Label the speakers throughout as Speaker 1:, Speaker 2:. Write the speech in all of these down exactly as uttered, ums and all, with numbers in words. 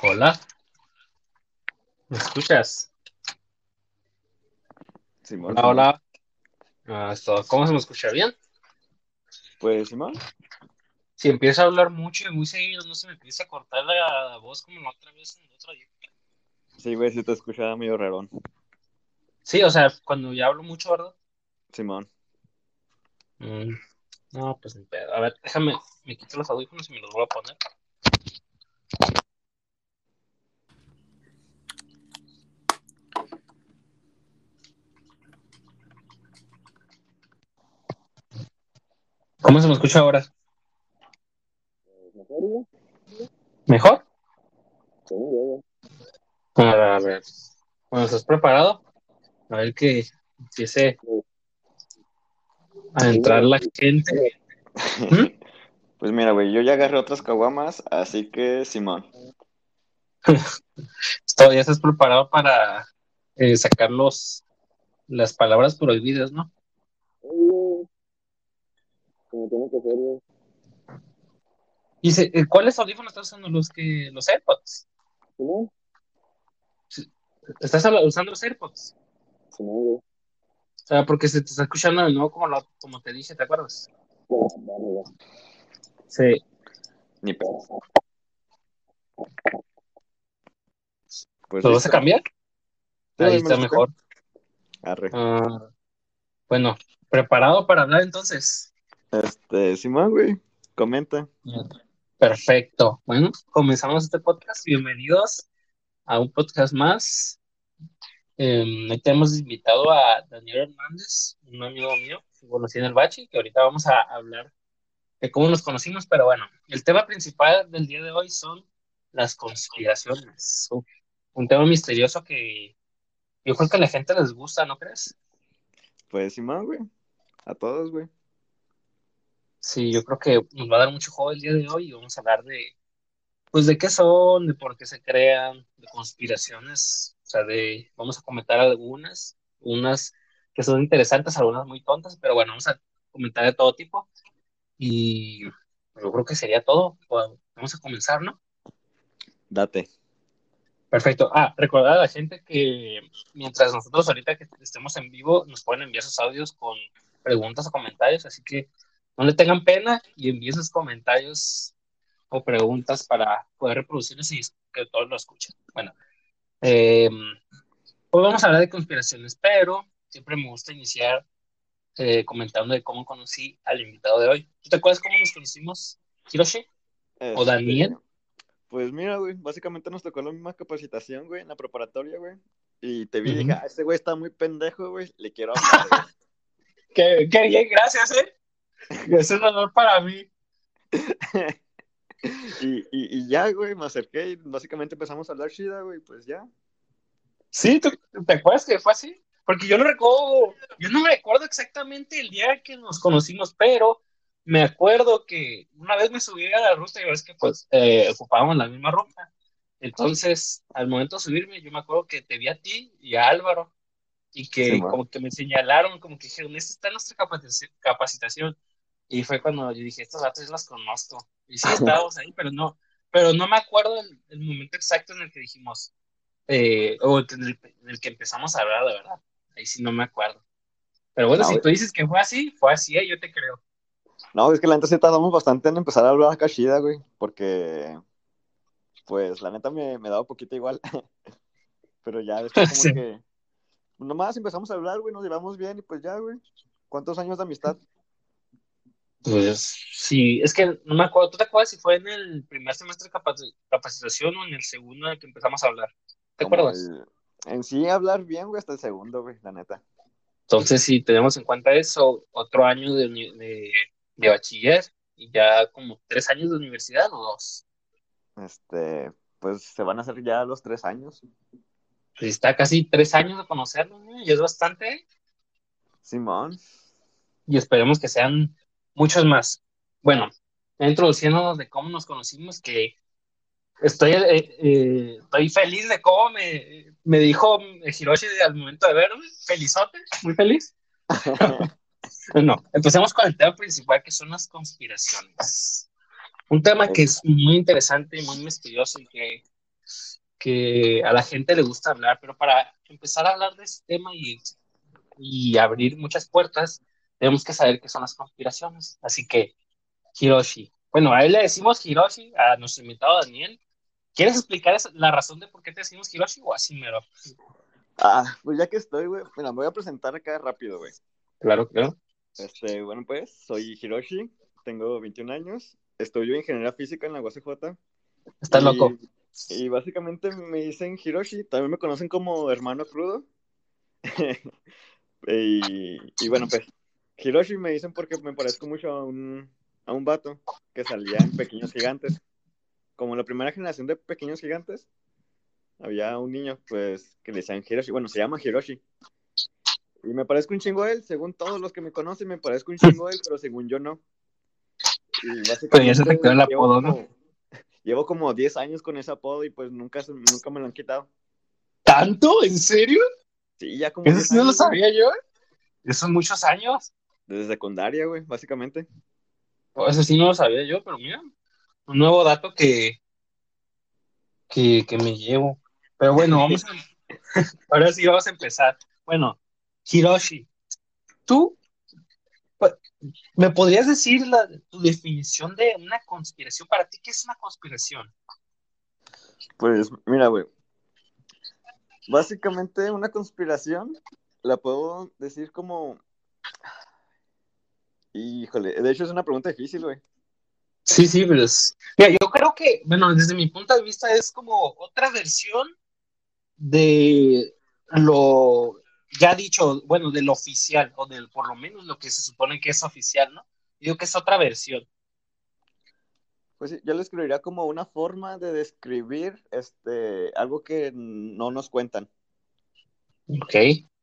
Speaker 1: Hola, ¿me escuchas?
Speaker 2: Simón,
Speaker 1: Hola,
Speaker 2: Simón.
Speaker 1: hola. Ah, esto- ¿Cómo se me escucha bien?
Speaker 2: Pues, Simón.
Speaker 1: Si empiezo a hablar mucho y muy seguido, no se me empieza a cortar la, la voz como la otra vez en el otro día.
Speaker 2: Sí, güey, sí te escuchaba medio rarón.
Speaker 1: Sí, o sea, cuando ya hablo mucho, ¿verdad?
Speaker 2: Simón.
Speaker 1: Mm, no, pues ni pedo. A ver, déjame, me quito los audífonos y me los voy a poner. ¿Cómo se me escucha ahora?
Speaker 2: ¿Mejor, güey?
Speaker 1: ¿Mejor?
Speaker 2: Sí, güey.
Speaker 1: A ver, bueno, ¿estás preparado? A ver que empiece
Speaker 2: Pues
Speaker 1: a
Speaker 2: pues
Speaker 1: entrar
Speaker 2: mira,
Speaker 1: la
Speaker 2: güey.
Speaker 1: gente. ¿Mm?
Speaker 2: Pues mira, güey, yo ya agarré otras caguamas, así que Simón.
Speaker 1: Todavía estás preparado para eh, sacar los, las palabras prohibidas, ¿no?
Speaker 2: Oye, como tiene que ser, güey.
Speaker 1: Dice, eh, ¿cuáles audífonos estás usando? Los que, los AirPods.
Speaker 2: Simón,
Speaker 1: Sí, ¿estás habla- usando los AirPods?
Speaker 2: Simón, güey.
Speaker 1: O sea, porque se te está escuchando de nuevo como, lo- como te dije, ¿te acuerdas?
Speaker 2: Bueno, vale, güey.
Speaker 1: Sí.
Speaker 2: Ni pedo. Pues
Speaker 1: ¿Los vas a
Speaker 2: listo.
Speaker 1: cambiar?
Speaker 2: Sí,
Speaker 1: Ahí
Speaker 2: güey, me
Speaker 1: está
Speaker 2: los chupé.
Speaker 1: mejor.
Speaker 2: Arre.
Speaker 1: Ah, bueno, ¿preparado para hablar entonces?
Speaker 2: Este, Simón, güey, comenta.
Speaker 1: Ya. Perfecto. Bueno, comenzamos este podcast. Bienvenidos a un podcast más. Eh, hoy tenemos invitado a Daniel Hernández, un amigo mío que conocí en el Bachi, que ahorita vamos a hablar de cómo nos conocimos, pero bueno, el tema principal del día de hoy son las conspiraciones. Uf, un tema misterioso que yo creo que a la gente les gusta, ¿no crees?
Speaker 2: Pues Simón, güey. A todos, güey.
Speaker 1: Sí, yo creo que nos va a dar mucho juego el día de hoy y vamos a hablar de, pues, de qué son, de por qué se crean, de conspiraciones, o sea, de, vamos a comentar algunas, unas que son interesantes, algunas muy tontas, pero bueno, vamos a comentar de todo tipo y yo creo que sería todo. Bueno, vamos a comenzar, ¿no?
Speaker 2: Date.
Speaker 1: Perfecto. Ah, recordar a la gente que mientras nosotros ahorita que estemos en vivo, nos pueden enviar sus audios con preguntas o comentarios, así que no le tengan pena y envíen sus comentarios o preguntas para poder reproducirlos y que todos lo escuchen. Bueno, eh, pues vamos a hablar de conspiraciones, pero siempre me gusta iniciar eh, comentando de cómo conocí al invitado de hoy. ¿Tú te acuerdas cómo nos conocimos, Hiroshi o
Speaker 2: Este,
Speaker 1: Daniel?
Speaker 2: pues mira, güey, básicamente nos tocó la misma capacitación, güey, en la preparatoria, güey. Y te vi y dije,
Speaker 1: Ujú.
Speaker 2: ah, este güey está muy pendejo, güey, le quiero hablar, güey.
Speaker 1: Qué, qué bien, gracias, ¿eh? Es un honor para mí.
Speaker 2: Y, y, y ya, güey, me acerqué y básicamente empezamos a hablar shida, güey, pues ya.
Speaker 1: Sí, ¿tú, te acuerdas que fue así? Porque yo no recuerdo, yo no me recuerdo exactamente el día que nos conocimos, pero me acuerdo que una vez me subí a la ruta y ves que pues eh, ocupábamos la misma ruta. Entonces, al momento de subirme, yo me acuerdo que te vi a ti y a Álvaro y
Speaker 2: Sí,
Speaker 1: que
Speaker 2: man.
Speaker 1: como que me señalaron, como que dijeron, esta está nuestra capaci- capacitación. Y fue cuando yo dije, estos datos las conozco. Y sí, estábamos ahí, pero no, pero no me acuerdo el, el momento exacto en el que dijimos, eh, o en el, en el que empezamos a hablar de verdad. Ahí sí no me acuerdo. Pero bueno,
Speaker 2: No,
Speaker 1: si
Speaker 2: güey.
Speaker 1: tú dices que fue así, fue así, ¿eh? Yo te creo.
Speaker 2: No, es que la neta sí tardamos bastante en empezar a hablar acá shida, güey, porque, pues, la neta me, me daba un poquito igual, pero ya después como
Speaker 1: Sí.
Speaker 2: que, nomás empezamos a hablar, güey, nos llevamos bien y pues ya, güey. ¿Cuántos años de amistad?
Speaker 1: Pues sí, es que no me acuerdo. ¿Tú te acuerdas si fue en el primer semestre de capaci- capacitación o en el segundo en el que empezamos a hablar? ¿Te
Speaker 2: Como
Speaker 1: acuerdas?
Speaker 2: el, en sí hablar bien, güey, hasta el segundo, güey, la neta.
Speaker 1: Entonces, si tenemos en cuenta eso, otro año de, uni- de, de bachiller y ya como tres años de universidad o dos.
Speaker 2: Este, pues se van a hacer ya los tres años.
Speaker 1: Pues está casi tres años de conocernos, ¿no? Y es bastante.
Speaker 2: Simón.
Speaker 1: Y esperemos que sean muchos más. Bueno, introduciéndonos de cómo nos conocimos, que estoy, eh, eh, estoy feliz de cómo me, me dijo Hiroshi al momento de verme. Felizote, muy feliz. No, empecemos con el tema principal, que son las conspiraciones. Un tema que es muy interesante y muy misterioso y que que a la gente le gusta hablar, pero para empezar a hablar de este tema y, y abrir muchas puertas, tenemos que saber qué son las conspiraciones. Así que, Hiroshi. Bueno, a él le decimos Hiroshi, a nuestro invitado Daniel. ¿Quieres explicar esa- la razón de por qué te decimos Hiroshi o así mero?
Speaker 2: Ah, pues ya que estoy, güey, mira, me voy a presentar acá rápido, güey.
Speaker 1: Claro, claro.
Speaker 2: Este, bueno, pues, soy Hiroshi, tengo veintiún años, estudio ingeniería física en la U A C J
Speaker 1: Estás loco.
Speaker 2: y, y básicamente me dicen Hiroshi, también me conocen como hermano crudo. y, y bueno, pues, Hiroshi me dicen porque me parezco mucho a un, a un vato que salía en Pequeños Gigantes. Como la primera generación de Pequeños Gigantes, había un niño, pues, que le decían Hiroshi, bueno, se llama Hiroshi. Y me parezco un chingo a él, según todos los que me conocen, me parezco un chingo a él, pero según yo no. Y
Speaker 1: Pero ya se te quedó
Speaker 2: básicamente
Speaker 1: el
Speaker 2: llevo
Speaker 1: apodo, ¿no?
Speaker 2: como, llevo como diez años con ese apodo y pues nunca, se- nunca me lo han quitado.
Speaker 1: ¿Tanto? ¿En serio?
Speaker 2: Sí, ya como
Speaker 1: Eso
Speaker 2: diez
Speaker 1: sí no lo
Speaker 2: años, güey.
Speaker 1: sabía yo. Eso son muchos años.
Speaker 2: Desde secundaria, güey, básicamente.
Speaker 1: O eso sí no lo sabía yo, pero mira, un nuevo dato que, que, que me llevo. Pero bueno, vamos a, ahora sí vamos a empezar. Bueno, Hiroshi, tú pues, me podrías decir la, tu definición de una conspiración. Para ti, ¿qué es una conspiración?
Speaker 2: Pues mira, güey, básicamente una conspiración la puedo decir como, híjole, de hecho es una pregunta difícil, güey.
Speaker 1: Sí, sí, pero es... Mira, yo creo que, bueno, desde mi punto de vista es como otra versión de lo ya dicho, bueno, del oficial, o del por lo menos lo que se supone que es oficial, ¿no? Digo que es otra versión.
Speaker 2: Pues sí, yo lo escribiría como una forma de describir este, algo que no nos cuentan.
Speaker 1: Ok.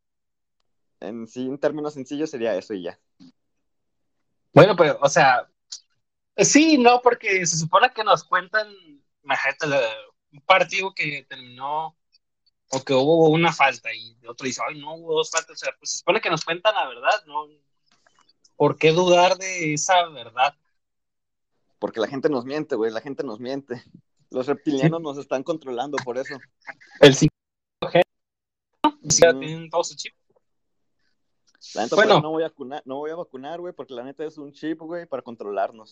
Speaker 2: En sí, en términos sencillos sería eso y ya.
Speaker 1: Bueno, pues, o sea, sí, no, porque se supone que nos cuentan, imagínate, la- un partido que terminó o que hubo una falta y otro dice, ay, no hubo dos faltas, o sea, pues se supone que nos cuentan la verdad, ¿no? ¿Por qué dudar de esa verdad?
Speaker 2: Porque la gente nos miente, güey, la gente nos miente. Los
Speaker 1: Sí,
Speaker 2: reptilianos nos están controlando por eso.
Speaker 1: el cinco G, sí, ya
Speaker 2: Ujú.
Speaker 1: tienen todo su chip.
Speaker 2: La neta, por eso
Speaker 1: Bueno,
Speaker 2: no voy a vacunar, no voy a vacunar, güey, porque la neta es un chip, güey, para controlarnos.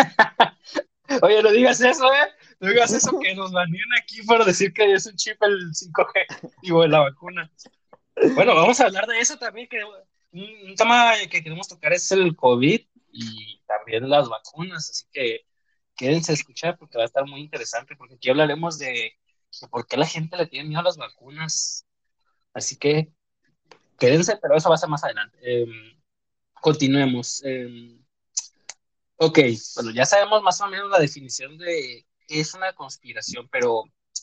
Speaker 1: oye, no digas eso, ¿eh? No digas eso que nos banean aquí por decir que es un chip el cinco G, digo, la vacuna. Bueno, vamos a hablar de eso también, que un, un tema que queremos tocar es el COVID y también las vacunas, así que quédense a escuchar porque va a estar muy interesante, porque aquí hablaremos de, de por qué la gente le tiene miedo a las vacunas. Así que quédense, pero eso va a ser más adelante. Eh, continuemos. Eh, ok, bueno, ya sabemos más o menos la definición de qué es una conspiración, pero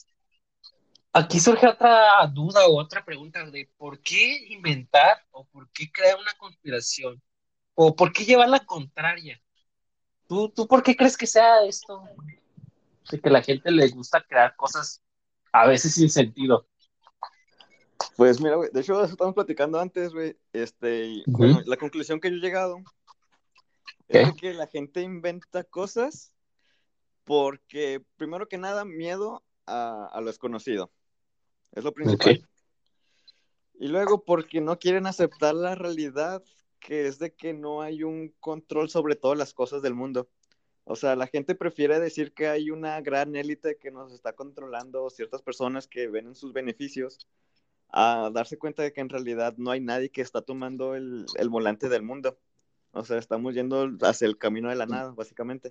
Speaker 1: aquí surge otra duda o otra pregunta de por qué inventar o por qué crear una conspiración o por qué llevar la contraria. ¿Tú, tú por qué crees que sea esto? De que la gente le gusta crear cosas a veces sin sentido.
Speaker 2: Pues mira, güey, de hecho, eso estamos platicando antes, güey. Este, y,
Speaker 1: Ujú.
Speaker 2: bueno, la conclusión que yo he llegado es
Speaker 1: ¿Qué?
Speaker 2: de que la gente inventa cosas porque, primero que nada, miedo a, a lo desconocido. Es lo
Speaker 1: Ok.
Speaker 2: principal. Y luego porque no quieren aceptar la realidad, que es de que no hay un control sobre todas las cosas del mundo. O sea, la gente prefiere decir que hay una gran élite que nos está controlando, ciertas personas que ven en sus beneficios, a darse cuenta de que en realidad no hay nadie que está tomando el, el volante del mundo. O sea, estamos yendo hacia el camino de la nada, básicamente.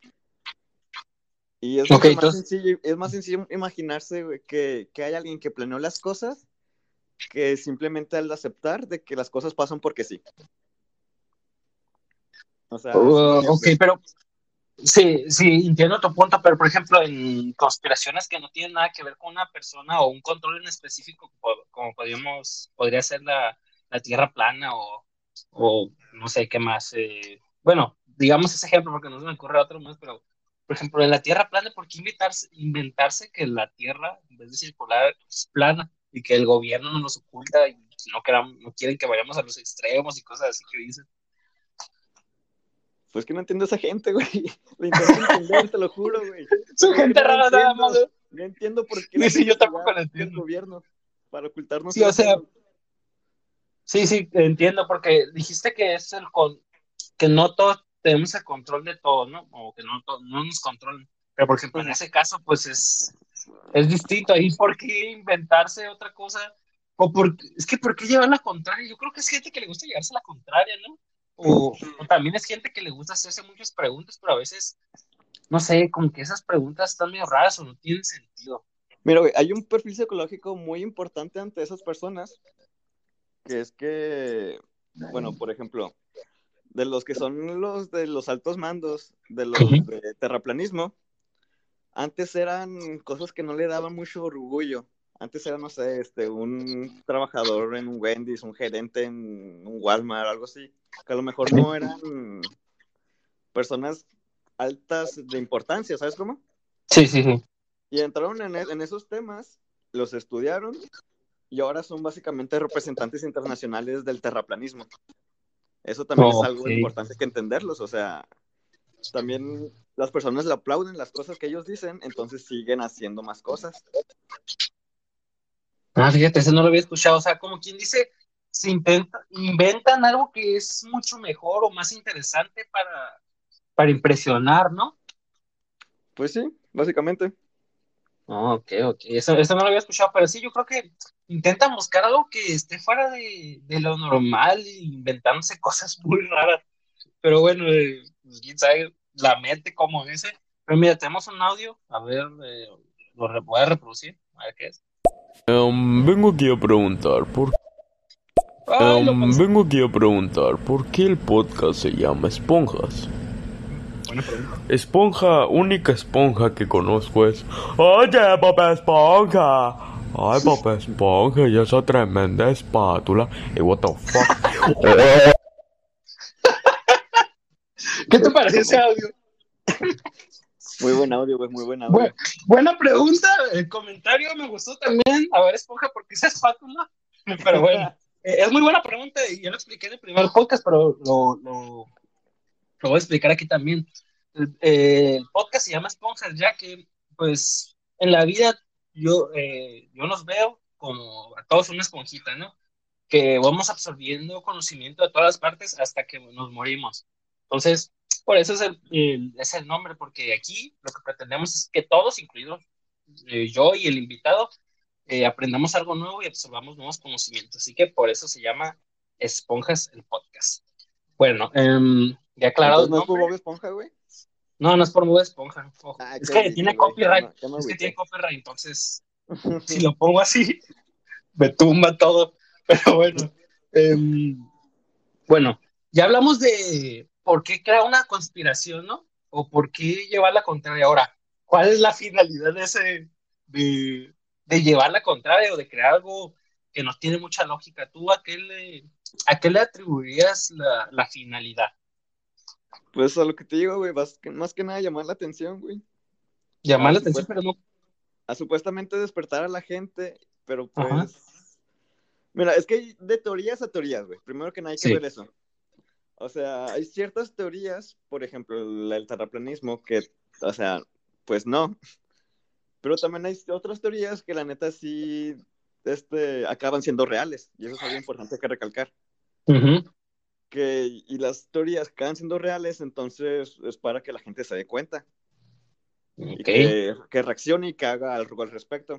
Speaker 2: Y es
Speaker 1: Ok,
Speaker 2: mucho más
Speaker 1: entonces,
Speaker 2: sencillo, es más sencillo imaginarse, güey, que, que hay alguien que planeó las cosas que simplemente al aceptar de que las cosas pasan porque sí. O sea, es un
Speaker 1: uh, ok,
Speaker 2: ejemplo.
Speaker 1: pero sí, sí, entiendo tu punto, pero por ejemplo, en conspiraciones que no tienen nada que ver con una persona o un control en específico, como, como podríamos, podría ser la, la Tierra plana o, o no sé qué más. Eh, bueno, digamos ese ejemplo porque no se me ocurre otro más, pero por ejemplo, en la Tierra plana, ¿por qué inventarse, inventarse que la Tierra, en vez de circular, es plana y que el gobierno no nos oculta y no, queramos, no quieren que vayamos a los extremos y cosas así que dicen?
Speaker 2: Pues que no entiendo a esa gente, güey. Lo intento entender, te lo juro, güey.
Speaker 1: Son
Speaker 2: Solo que
Speaker 1: gente
Speaker 2: no lo
Speaker 1: rara nada
Speaker 2: entiendo.
Speaker 1: más, ¿eh?
Speaker 2: No entiendo por qué
Speaker 1: Sí,
Speaker 2: la
Speaker 1: sí, yo tampoco
Speaker 2: publicidad
Speaker 1: lo
Speaker 2: del
Speaker 1: entiendo.
Speaker 2: gobierno para ocultarnos
Speaker 1: Sí, o
Speaker 2: eso.
Speaker 1: sea, sí, sí, entiendo, porque dijiste que es el con, que no todos tenemos el control de todo, ¿no? O que no, to- no nos controlan. Pero, por ejemplo, en
Speaker 2: Ujú.
Speaker 1: ese caso, pues es, es distinto. Ahí, ¿por qué inventarse otra cosa? O por, es que, ¿por qué llevar la contraria? Yo creo que es gente que le gusta llevarse la contraria, ¿no? O, o también es gente que le gusta hacerse muchas preguntas, pero a veces, no sé, como que esas preguntas están medio raras o no tienen sentido.
Speaker 2: Mira, güey, hay un perfil psicológico muy importante ante esas personas, que es que, bueno, por ejemplo, de los que son los de los altos mandos, de los
Speaker 1: Ujú.
Speaker 2: de terraplanismo, antes eran cosas que no le daban mucho orgullo. Antes era, no sé, este, un trabajador en un Wendy's, un gerente en un Walmart, algo así, que a lo mejor no eran personas altas de importancia, ¿sabes cómo?
Speaker 1: Sí, sí, sí.
Speaker 2: Y entraron en, e- en esos temas, los estudiaron y ahora son básicamente representantes internacionales del terraplanismo. Eso también es
Speaker 1: Ok.
Speaker 2: algo importante que entenderlos, o sea, también las personas le aplauden las cosas que ellos dicen, entonces siguen haciendo más cosas.
Speaker 1: Ah, fíjate, eso no lo había escuchado. O sea, como quien dice, se intenta, inventan algo que es mucho mejor o más interesante para, para impresionar, ¿no?
Speaker 2: Pues sí, básicamente.
Speaker 1: Ah, ok, ok. Eso, eso no lo había escuchado, pero sí, yo creo que intentan buscar algo que esté fuera de, de lo normal, inventándose cosas muy raras. Pero bueno, eh, pues, quién sabe la mente como dice. Pero mira, tenemos un audio. A ver, eh, lo re- voy a reproducir. A ver qué es.
Speaker 3: Em, vengo aquí a preguntar por
Speaker 1: Ay, lo
Speaker 3: em,
Speaker 1: pensé.
Speaker 3: vengo aquí a preguntar por qué el podcast se llama Esponjas.
Speaker 1: Buena pregunta.
Speaker 3: Esponja, única esponja que conozco es Oye, Bob Esponja. Ay, Bob Esponja y esa tremenda espátula. Y what the fuck.
Speaker 1: ¿Qué te pareció ese audio?
Speaker 2: Muy buen audio, güey, muy buen
Speaker 1: Bu-
Speaker 2: audio.
Speaker 1: buena pregunta, el comentario me gustó también. A ver, Esponja, ¿por qué esa espátula? Pero bueno, eh, es muy buena pregunta y yo lo expliqué en el primer podcast, pero lo, lo, lo voy a explicar aquí también. El, eh, el podcast se llama Esponjas, ya que, pues, en la vida yo, eh, yo nos veo como a todos una esponjita, ¿no? Que vamos absorbiendo conocimiento de todas partes hasta que nos morimos. Entonces, por eso es el, el- es el nombre, porque aquí lo que pretendemos es que todos, incluidos eh, yo y el invitado, eh, aprendamos algo nuevo y absorbamos nuevos conocimientos. Así que por eso se llama Esponjas el podcast. Bueno, em, ya aclarado
Speaker 2: Entonces
Speaker 1: el
Speaker 2: no es por
Speaker 1: nombre.
Speaker 2: Bob Esponja, güey.
Speaker 1: No, no es por Bob Esponja. Ojo.
Speaker 2: Ah,
Speaker 1: Es
Speaker 2: qué
Speaker 1: que
Speaker 2: triste,
Speaker 1: tiene
Speaker 2: güey. Ya
Speaker 1: copyright.
Speaker 2: me, ya me
Speaker 1: Es que tiene
Speaker 2: agüité.
Speaker 1: copyright. Entonces, si lo pongo así, me tumba todo. Pero bueno. em, Bueno, ya hablamos de por qué crear una conspiración, ¿no? O por qué llevarla contraria. Ahora, ¿cuál es la finalidad de ese, de, de llevarla contraria o de crear algo que no tiene mucha lógica? ¿Tú a qué le, a qué le atribuirías la, la finalidad?
Speaker 2: Pues a lo que te digo, güey, vas- que- más que nada llamar la atención, güey.
Speaker 1: Llamar
Speaker 2: A,
Speaker 1: la atención,
Speaker 2: supuest-
Speaker 1: pero no.
Speaker 2: a supuestamente despertar a la gente, pero
Speaker 1: Ajá,
Speaker 2: pues... Mira, es que hay de teorías a teorías, güey. Primero que nada hay que
Speaker 1: sí.
Speaker 2: ver eso. O sea, hay ciertas teorías, por ejemplo, el, el terraplanismo, que, o sea, pues no. Pero también hay otras teorías que la neta sí, este, acaban siendo reales. Y eso es algo importante que recalcar.
Speaker 1: Ujú,
Speaker 2: Que, y las teorías acaban siendo reales, entonces es para que la gente se dé cuenta y
Speaker 1: ok,
Speaker 2: que, que reaccione y que haga algo al respecto.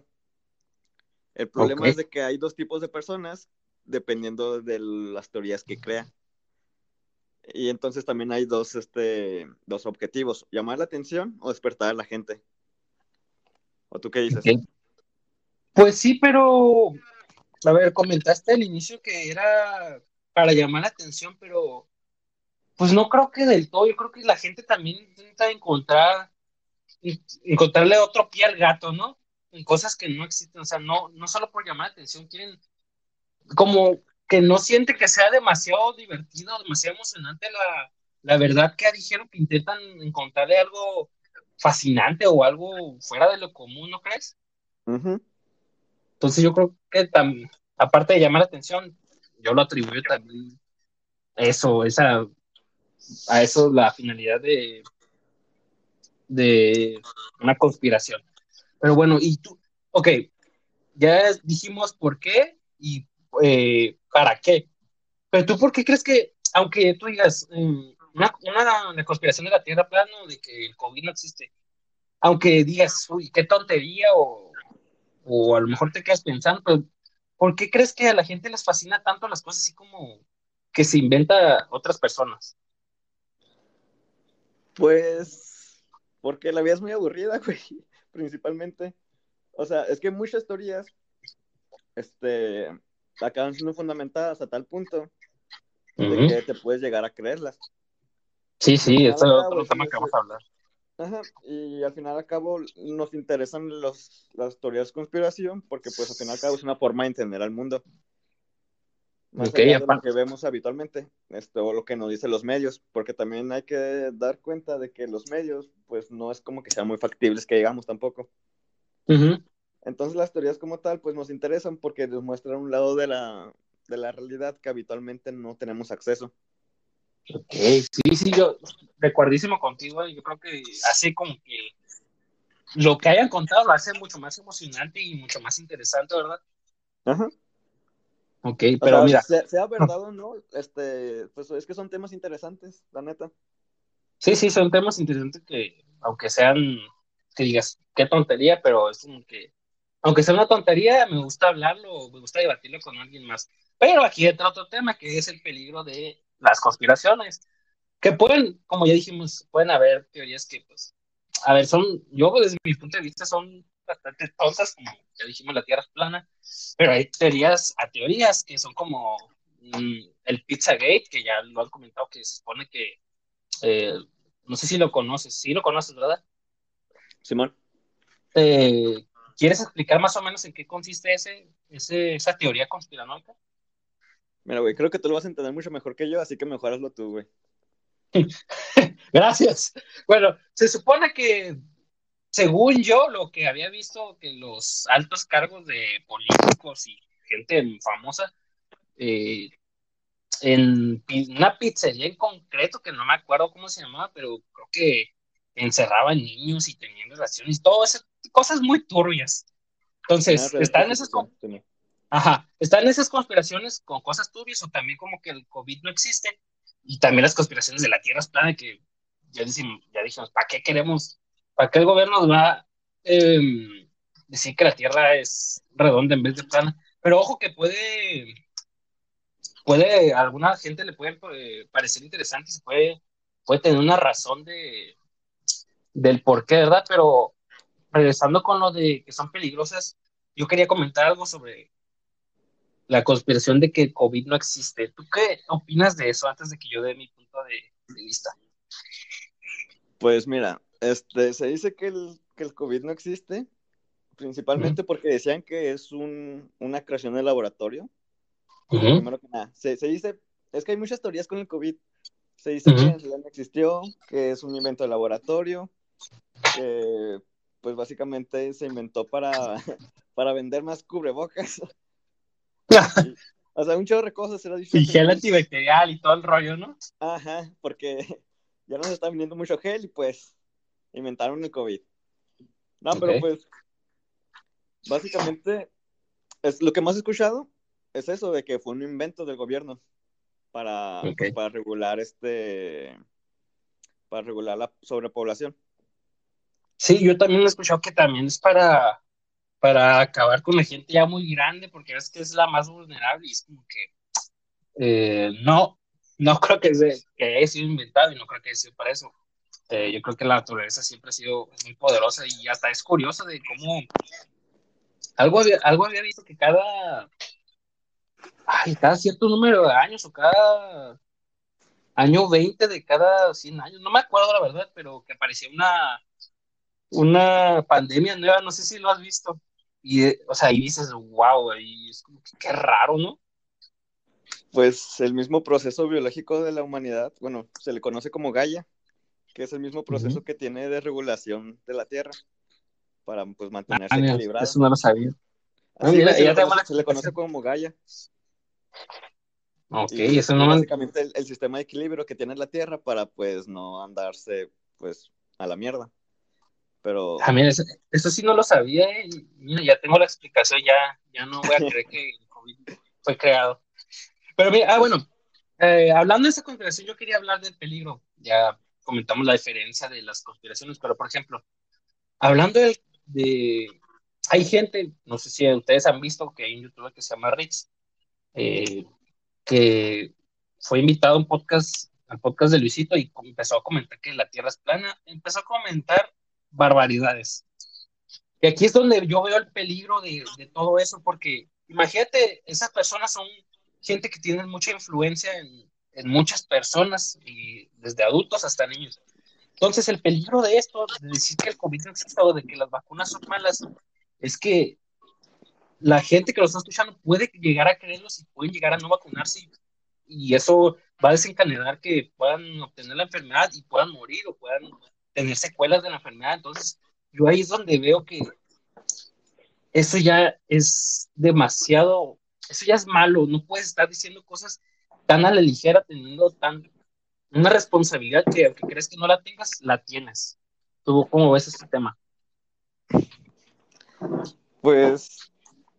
Speaker 2: El
Speaker 1: ok,
Speaker 2: problema es de que hay dos tipos de personas dependiendo de las teorías que crea. Y entonces también hay dos, este, dos objetivos, llamar la atención o despertar a la gente. ¿O tú qué dices?
Speaker 1: ok. Pues sí, pero, a ver, comentaste al inicio que era para llamar la atención, pero pues no creo que del todo, yo creo que la gente también intenta encontrar, encontrarle otro pie al gato, ¿no? En cosas que no existen, o sea, no, no solo por llamar la atención, quieren como que no siente que sea demasiado divertido, demasiado emocionante la, la verdad que dijeron que intentan encontrarle algo fascinante o algo fuera de lo común, ¿no crees?
Speaker 2: Ujú.
Speaker 1: Entonces yo creo que tam- aparte de llamar la atención, yo lo atribuyo también eso, esa, a eso la finalidad de, de una conspiración. Pero bueno, y tú, ok, ya dijimos por qué y eh, para qué. Pero tú, ¿por qué crees que, aunque tú digas mm, una, una, una conspiración de la Tierra plana, de que el COVID no existe, aunque digas, uy, qué tontería, o, o a lo mejor te quedas pensando, pero ¿por qué crees que a la gente les fascina tanto las cosas así como que se inventa otras personas?
Speaker 2: Pues, porque la vida es muy aburrida, güey, principalmente. O sea, es que muchas teorías, este, acaban siendo fundamentadas a tal punto de
Speaker 1: Ujú.
Speaker 2: que te puedes llegar a creerlas.
Speaker 1: Sí,
Speaker 2: Y al
Speaker 1: sí,
Speaker 2: final
Speaker 1: esto
Speaker 2: al
Speaker 1: es
Speaker 2: cabo,
Speaker 1: otro
Speaker 2: es,
Speaker 1: tema que
Speaker 2: es-
Speaker 1: vamos a hablar.
Speaker 2: ajá, y al final al cabo nos interesan los, las teorías de conspiración porque pues al final al cabo es una forma de entender al mundo, más
Speaker 1: Ok,
Speaker 2: allá de lo
Speaker 1: aparte.
Speaker 2: que vemos habitualmente, esto, o lo que nos dicen los medios, porque también hay que dar cuenta de que los medios, pues no es como que sean muy factibles que digamos tampoco.
Speaker 1: Ujú.
Speaker 2: Entonces las teorías como tal, pues nos interesan porque nos muestran un lado de la, de la realidad que habitualmente no tenemos acceso.
Speaker 1: Ok, sí, sí, yo recuerdísimo contigo, yo creo que así como que lo que hayan contado lo hace mucho más emocionante y mucho más interesante, ¿verdad?
Speaker 2: Ajá.
Speaker 1: Ok,
Speaker 2: O
Speaker 1: pero
Speaker 2: sea,
Speaker 1: mira,
Speaker 2: sea, sea verdad o no, este, pues es que son temas interesantes, la neta.
Speaker 1: sí, sí, son temas interesantes que, aunque sean, que digas, qué tontería, pero es como que, aunque sea una tontería, me gusta hablarlo, me gusta debatirlo con alguien más. Pero aquí entra otro tema, que es el peligro de las conspiraciones, que pueden, como ya dijimos, pueden haber teorías que, pues, a ver, son, yo desde mi punto de vista son bastante tontas, como ya dijimos, la Tierra es plana, pero hay teorías a teorías que son como mm, el Pizzagate, que ya lo han comentado, que se supone que eh, no sé si lo conoces, sí lo conoces, ¿verdad?
Speaker 2: Simón.
Speaker 1: Eh, ¿Quieres explicar más o menos en qué consiste ese, ese, esa teoría conspiranoica?
Speaker 2: Mira, güey, creo que tú lo vas a entender mucho mejor que yo, así que mejor hazlo tú, güey.
Speaker 1: Gracias. Bueno, se supone que, según yo, lo que había visto, que los altos cargos de políticos y gente famosa, eh, en una pizzería en concreto, que no me acuerdo cómo se llamaba, pero creo que encerraban niños y tenían relaciones, todo eso, cosas muy turbias.
Speaker 2: Una
Speaker 1: Entonces,
Speaker 2: real
Speaker 1: están esas,
Speaker 2: prostitución, Simón.
Speaker 1: ajá, están esas conspiraciones con cosas turbias, o también como que el COVID no existe, y también las conspiraciones de la Tierra es plana, que ya decimos, ya dijimos, ¿para qué queremos, para qué el gobierno nos va a eh, decir que la Tierra es redonda en vez de plana? Pero ojo que puede, puede, a alguna gente le puede eh, parecer interesante, se puede, puede tener una razón de, del por qué, ¿verdad? Pero regresando con lo de que son peligrosas, yo quería comentar algo sobre la conspiración de que COVID no existe. ¿Tú qué opinas de eso antes de que yo dé mi punto de, de vista?
Speaker 2: Pues mira, este, se dice que el, que el COVID no existe,
Speaker 1: Uh
Speaker 2: principalmente porque decían que es un, una creación de laboratorio.
Speaker 1: -huh.
Speaker 2: Primero que nada, se, se dice, es que hay muchas teorías con el COVID. Se
Speaker 1: Uh
Speaker 2: dice que
Speaker 1: -huh.
Speaker 2: en realidad no existió, que es un invento de laboratorio, que pues básicamente se inventó para, para vender más cubrebocas. Y, o sea, un chorro de cosas se lo dicen
Speaker 1: Y
Speaker 2: que el
Speaker 1: gel
Speaker 2: COVID.
Speaker 1: antibacterial y todo el rollo, ¿no?
Speaker 2: Ajá, porque ya no se está vendiendo mucho gel y pues inventaron el COVID. No,
Speaker 1: Ok,
Speaker 2: pero pues básicamente es lo que más he escuchado es eso de que fue un invento del gobierno para
Speaker 1: ok.
Speaker 2: pues para regular este para regular la sobrepoblación.
Speaker 1: Sí, yo también he escuchado que también es para, para acabar con la gente ya muy grande, porque ves que es la más vulnerable y es como que eh, no, no creo que, se, que haya sido inventado y no creo que haya sido para eso. Eh, yo creo que la naturaleza siempre ha sido muy poderosa y hasta es curioso de cómo algo había, algo había visto que cada, ay, cada cierto número de años o cada año veinte de cada cien años, no me acuerdo la verdad, pero que aparecía una, una pandemia nueva, no sé si lo has visto. Y, eh, o sea, ahí dices, wow, y es como que qué raro, ¿no?
Speaker 2: Pues el mismo proceso biológico de la humanidad, bueno, se le conoce como Gaia, que es el mismo
Speaker 1: Uh -huh.
Speaker 2: proceso que tiene de regulación de la Tierra para pues
Speaker 1: Ah,
Speaker 2: mantenerse
Speaker 1: mira,
Speaker 2: equilibrada.
Speaker 1: eso no lo sabía. Ah,
Speaker 2: Así, güey,
Speaker 1: mira,
Speaker 2: se le
Speaker 1: ya tengo la
Speaker 2: conoce, se le conoce
Speaker 1: explicación.
Speaker 2: como Gaia.
Speaker 1: Ok,
Speaker 2: Y,
Speaker 1: eso
Speaker 2: y
Speaker 1: no
Speaker 2: es
Speaker 1: me...
Speaker 2: básicamente el, el sistema de equilibrio que tiene la Tierra para pues no andarse pues a la mierda. Pero,
Speaker 1: Ah, mira, eso, eso sí no lo sabía, ¿eh? Y mira, ya tengo la explicación, ya, ya no voy a creer que el COVID fue creado. Pero mira, ah,
Speaker 2: pues,
Speaker 1: bueno, eh, hablando de esa conspiración, yo quería hablar del peligro. Ya comentamos la diferencia de las conspiraciones, pero por ejemplo, hablando de, de- hay gente, no sé si ustedes han visto que hay un youtuber que se llama Ritz, eh, que fue invitado a un podcast, al podcast de Luisito y empezó a comentar que la Tierra es plana, empezó a comentar barbaridades. Y aquí es donde yo veo el peligro de, de todo eso, porque imagínate, esas personas son gente que tiene mucha influencia en, en muchas personas, y desde adultos hasta niños. Entonces, el peligro de esto, de decir que el COVID no existe o de que las vacunas son malas, es que la gente que lo está escuchando puede llegar a creerlos y pueden llegar a no vacunarse, y, y eso va a desencadenar que puedan obtener la enfermedad y puedan morir o puedan tener secuelas de la enfermedad. Entonces, yo ahí es donde veo que eso ya es demasiado, eso ya es malo, no puedes estar diciendo cosas tan a la ligera, teniendo tan una responsabilidad que aunque crees que no la tengas, la tienes. ¿Tú cómo ves este tema?
Speaker 2: pues,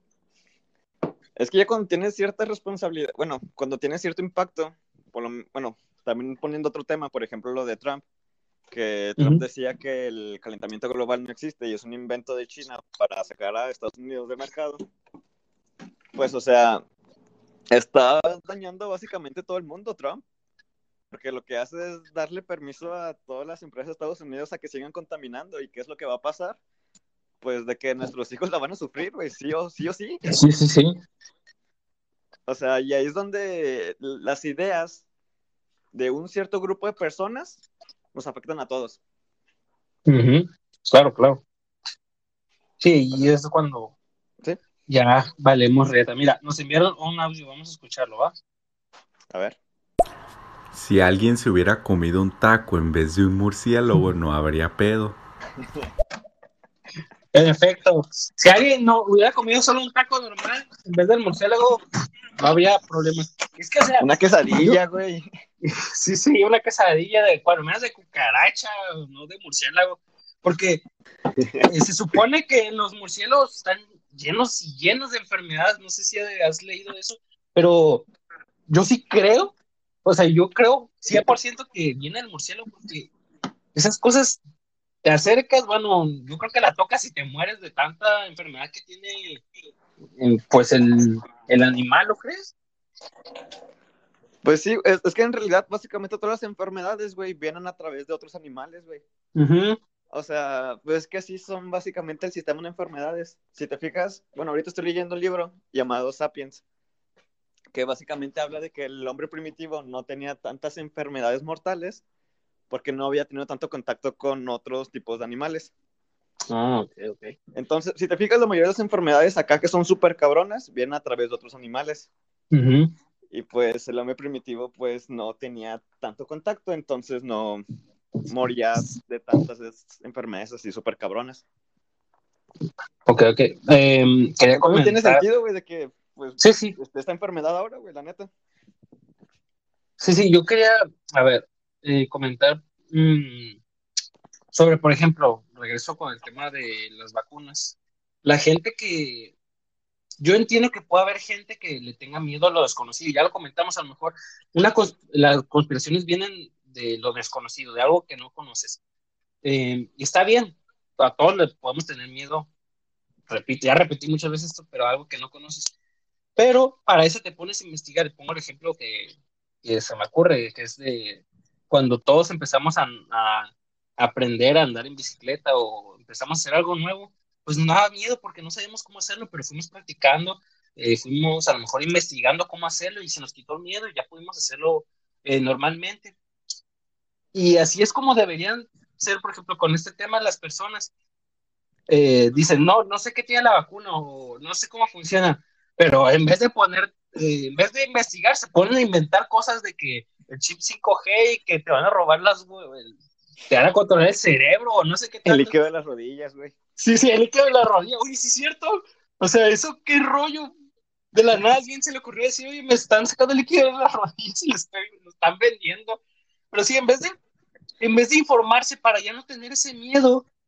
Speaker 2: es que ya cuando tienes cierta responsabilidad, bueno, cuando tienes cierto impacto, por lo, bueno, también poniendo otro tema, por ejemplo, lo de Trump, que Trump
Speaker 1: Uh-huh.
Speaker 2: decía que el calentamiento global no existe y es un invento de China para sacar a Estados Unidos del mercado, pues, o sea, está dañando básicamente todo el mundo, Trump, porque lo que hace es darle permiso a todas las empresas de Estados Unidos a que sigan contaminando. ¿Y qué es lo que va a pasar? Pues de que nuestros hijos la van a sufrir, güey, sí o sí o sí.
Speaker 1: Sí, sí, sí.
Speaker 2: O sea, y ahí es donde las ideas de un cierto grupo de personas nos afectan a todos.
Speaker 1: Uh-huh. Claro, claro. Sí,
Speaker 2: O
Speaker 1: y
Speaker 2: sea,
Speaker 1: es cuando
Speaker 2: sí,
Speaker 1: ya valemos reta. Mira, nos enviaron un audio, vamos a escucharlo, ¿va?
Speaker 2: a ver.
Speaker 4: Si alguien se hubiera comido un taco en vez de un murciélago, no habría pedo.
Speaker 1: En efecto, si alguien no hubiera comido solo un taco normal en vez del murciélago, no habría problema. Es que, o sea,
Speaker 2: Una quesadilla, güey.
Speaker 1: sí, sí, una quesadilla de, bueno, menos de cucaracha, no de murciélago, porque eh, se supone que los murciélagos están llenos y llenos de enfermedades, no sé si has leído eso, pero yo sí creo, o sea, yo creo cien por ciento que viene el murciélago, porque esas cosas te acercas, bueno, yo creo que la tocas y te mueres de tanta enfermedad que tiene, eh, pues, el, el animal, ¿lo crees?
Speaker 2: Pues sí, es, es que en realidad básicamente todas las enfermedades, güey, vienen a través de otros animales, güey.
Speaker 1: Uh-huh.
Speaker 2: O sea, pues que así son básicamente el sistema de enfermedades. Si te fijas, bueno, ahorita estoy leyendo un libro llamado Sapiens, que básicamente habla de que el hombre primitivo no tenía tantas enfermedades mortales porque no había tenido tanto contacto con otros tipos de animales.
Speaker 1: Ah, ok, ok.
Speaker 2: Entonces, si te fijas, la mayoría de las enfermedades acá que son súper cabronas vienen a través de otros animales.
Speaker 1: Uh-huh.
Speaker 2: Y pues el hombre primitivo pues no tenía tanto contacto, entonces no moría de tantas enfermedades así súper cabronas.
Speaker 1: Ok, ok. Eh, quería
Speaker 2: Entonces
Speaker 1: comentar.
Speaker 2: tiene sentido, güey, de que pues
Speaker 1: Sí, sí.
Speaker 2: esta enfermedad ahora, güey, la neta.
Speaker 1: Sí, sí, yo quería, a ver, eh, comentar mmm, sobre, por ejemplo, regreso con el tema de las vacunas. La gente que, yo entiendo que puede haber gente que le tenga miedo a lo desconocido, ya lo comentamos, a lo mejor una cons- las conspiraciones vienen de lo desconocido, de algo que no conoces. Eh, y está bien, a todos le podemos tener miedo, repito, ya repetí muchas veces esto, pero algo que no conoces. Pero para eso te pones a investigar. Pongo el ejemplo que, que se me ocurre, que es de cuando todos empezamos a, a aprender a andar en bicicleta o empezamos a hacer algo nuevo, pues nos daba miedo porque no sabíamos cómo hacerlo, pero fuimos practicando, eh, fuimos a lo mejor investigando cómo hacerlo y se nos quitó el miedo y ya pudimos hacerlo eh, normalmente. Y así es como deberían ser, por ejemplo, con este tema las personas. Eh, dicen, no, no sé qué tiene la vacuna o no sé cómo funciona, pero en vez de poner, eh, en vez de investigar, se ponen a inventar cosas de que el chip cinco G y que te van a robar las, el, te van a controlar el cerebro o no sé qué
Speaker 2: El
Speaker 1: tanto.
Speaker 2: líquido de las rodillas, güey.
Speaker 1: Sí, sí, el líquido de la rodilla, uy, sí es cierto. O sea, eso qué rollo. De la nada alguien se le ocurrió decir, oye, me están sacando el líquido de las rodillas y lo, estoy, lo están vendiendo. Pero sí, en vez de, en vez de informarse para ya no tener ese miedo,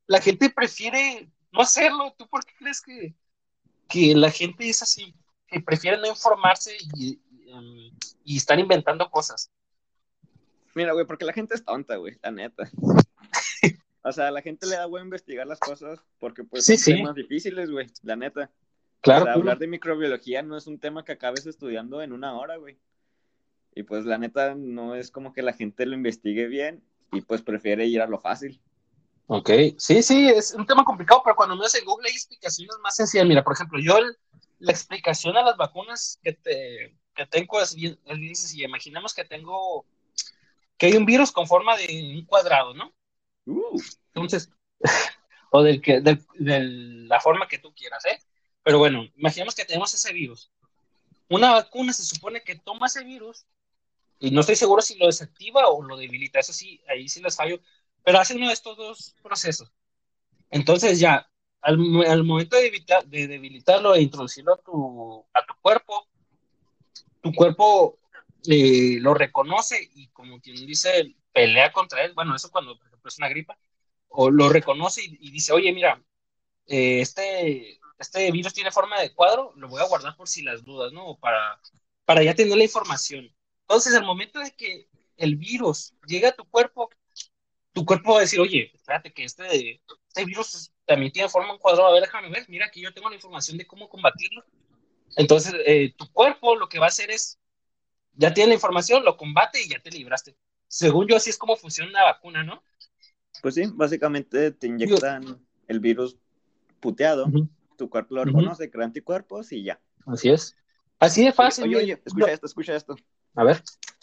Speaker 1: la gente prefiere no hacerlo. ¿Tú por qué crees que, que la gente es así? Que prefiere no informarse y, y, um, y estar inventando cosas.
Speaker 2: Mira, güey, porque la gente es tonta, güey, la neta. O sea, a la gente le da güey investigar las cosas porque pues
Speaker 1: Sí,
Speaker 2: son
Speaker 1: sí,
Speaker 2: temas difíciles, güey, la neta. O
Speaker 1: claro,
Speaker 2: sea,
Speaker 1: claro.
Speaker 2: hablar de microbiología no es un tema que acabes estudiando en una hora, güey. Y pues la neta no es como que la gente lo investigue bien y pues prefiere ir a lo fácil.
Speaker 1: Ok, sí, sí, es un tema complicado, pero cuando me en Google hay explicaciones más sencillas. Mira, por ejemplo, yo el- la explicación a las vacunas que, te, que tengo es bien, es bien sencilla. Imaginemos que tengo, que hay un virus con forma de un cuadrado, ¿no?
Speaker 2: Uh,
Speaker 1: Entonces, o del que, del- de la forma que tú quieras, ¿eh? Pero bueno, imaginemos que tenemos ese virus. Una vacuna se supone que toma ese virus, y no estoy seguro si lo desactiva o lo debilita, eso sí, ahí sí les fallo, pero hace uno de estos dos procesos. Entonces ya, al, al momento de, evitar, de debilitarlo e introducirlo a tu, a tu cuerpo, tu cuerpo eh, lo reconoce y como quien dice, pelea contra él. Bueno, eso cuando, por ejemplo, es una gripa, o lo reconoce y, y dice, oye, mira, eh, este, este virus tiene forma de cuadro, lo voy a guardar por si las dudas, ¿no? Para, para ya tener la información. Entonces, al momento de que el virus llega a tu cuerpo, tu cuerpo va a decir, oye, espérate que este, este virus también tiene forma de cuadrado, a ver, déjame ver, mira, aquí yo tengo la información de cómo combatirlo. Entonces, eh, tu cuerpo lo que va a hacer es, ya tiene la información, lo combate y ya te libraste. Según yo, así es como funciona una vacuna, ¿no?
Speaker 2: pues sí, básicamente te
Speaker 1: Digo,
Speaker 2: inyectan el virus puteado,
Speaker 1: uh-huh,
Speaker 2: tu cuerpo lo
Speaker 1: uh-huh,
Speaker 2: reconoce, crea anticuerpos y ya.
Speaker 1: así es. Así de
Speaker 2: Oye,
Speaker 1: fácil,
Speaker 2: oye,
Speaker 1: miren.
Speaker 2: oye, escucha esto, escucha esto.
Speaker 1: A ver,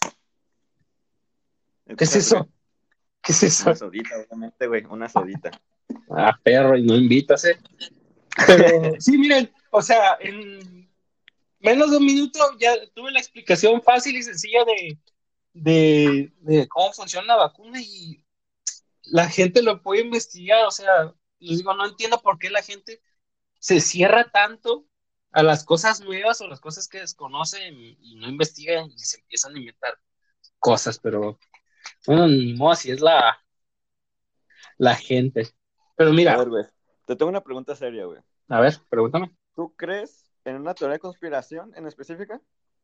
Speaker 1: ¿qué es
Speaker 2: ¿Escucha esto qué?
Speaker 1: eso? ¿Qué es eso?
Speaker 2: Una sodita, obviamente, güey, una sodita.
Speaker 1: Ah, perro, y no invitas, ¿eh? Pero sí, miren, o sea, en menos de un minuto ya tuve la explicación fácil y sencilla de, de, de cómo funciona la vacuna y la gente lo puede investigar. O sea, les digo, no entiendo por qué la gente se cierra tanto a las cosas nuevas o las cosas que desconocen y no investigan y se empiezan a inventar cosas, pero bueno, ni modo, así es la, la gente. Pero
Speaker 2: A
Speaker 1: mira,
Speaker 2: ver, güey, te tengo una pregunta seria, güey.
Speaker 1: a ver, pregúntame.
Speaker 2: ¿Tú crees en una teoría de conspiración en específica?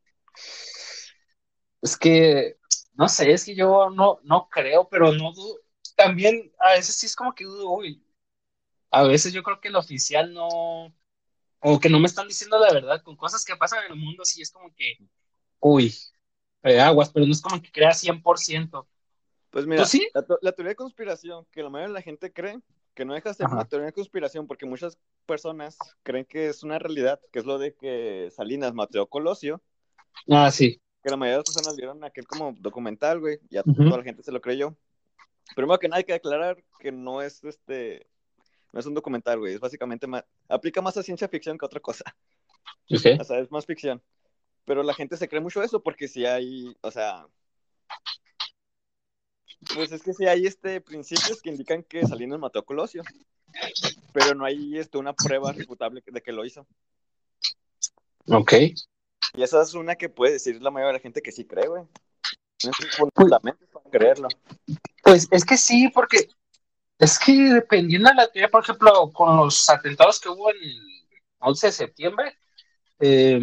Speaker 1: Es que, no sé, es que yo no, no creo, pero no dudo. También a veces sí es como que dudo, uy, a veces yo creo que el oficial no, o que no me están diciendo la verdad con cosas que pasan en el mundo, sí es como que, uy, eh, aguas, pero no es como que crea cien por ciento.
Speaker 2: Pues
Speaker 1: ¿Tú
Speaker 2: mira,
Speaker 1: sí?
Speaker 2: la, to- la teoría de conspiración que la mayoría de la gente cree, que no deja de ser una
Speaker 1: Ajá.
Speaker 2: teoría de conspiración porque muchas personas creen que es una realidad, que es lo de que Salinas mató a Colosio,
Speaker 1: Ah, sí.
Speaker 2: que la mayoría de las personas vieron aquel como documental, güey, ya
Speaker 1: Ujú.
Speaker 2: toda la gente se lo creyó. Primero que nada hay que aclarar que no es este, no es un documental, güey, es básicamente más, aplica más a ciencia ficción que a otra cosa,
Speaker 1: Ok.
Speaker 2: o sea, es más ficción. Pero la gente se cree mucho eso porque si hay, o sea, pues es que si hay este principios que indican que Salinas mató a Colosio, pero no hay este, una prueba refutable de que lo hizo.
Speaker 1: Ok.
Speaker 2: Y esa es una que puede decir la mayoría de la gente que sí cree, güey. No tiene
Speaker 1: Pues,
Speaker 2: fundamentos para creerlo.
Speaker 1: pues es que sí, porque es que dependiendo de la teoría, por ejemplo, con los atentados que hubo en el once de septiembre, eh,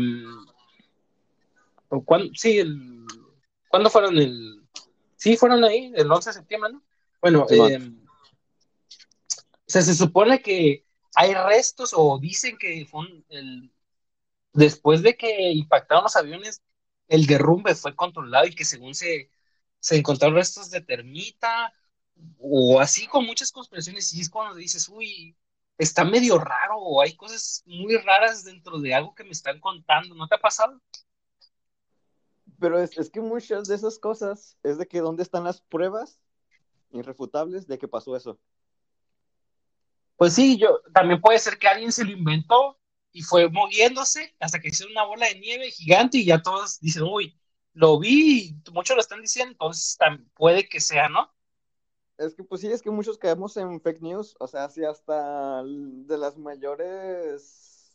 Speaker 1: o cuándo, sí, el, ¿cuándo fueron el? Sí, fueron ahí, el once de septiembre, ¿no? Bueno,
Speaker 2: Simón.
Speaker 1: eh, o sea, se supone que hay restos o dicen que fue un- el, después de que impactaron los aviones, el derrumbe fue controlado y que según se, se encontraron restos de termita o así con muchas conspiraciones y es cuando dices, uy, está medio raro o hay cosas muy raras dentro de algo que me están contando, ¿no te ha pasado?
Speaker 2: Pero es, es que muchas de esas cosas es de que dónde están las pruebas irrefutables de que pasó eso.
Speaker 1: Pues sí, yo también puede ser que alguien se lo inventó y fue moviéndose hasta que hicieron una bola de nieve gigante y ya todos dicen, uy, lo vi y muchos lo están diciendo, entonces tam- puede que sea, ¿no?
Speaker 2: Es que pues sí, es que muchos caemos en fake news, o sea, sí, hasta de las mayores,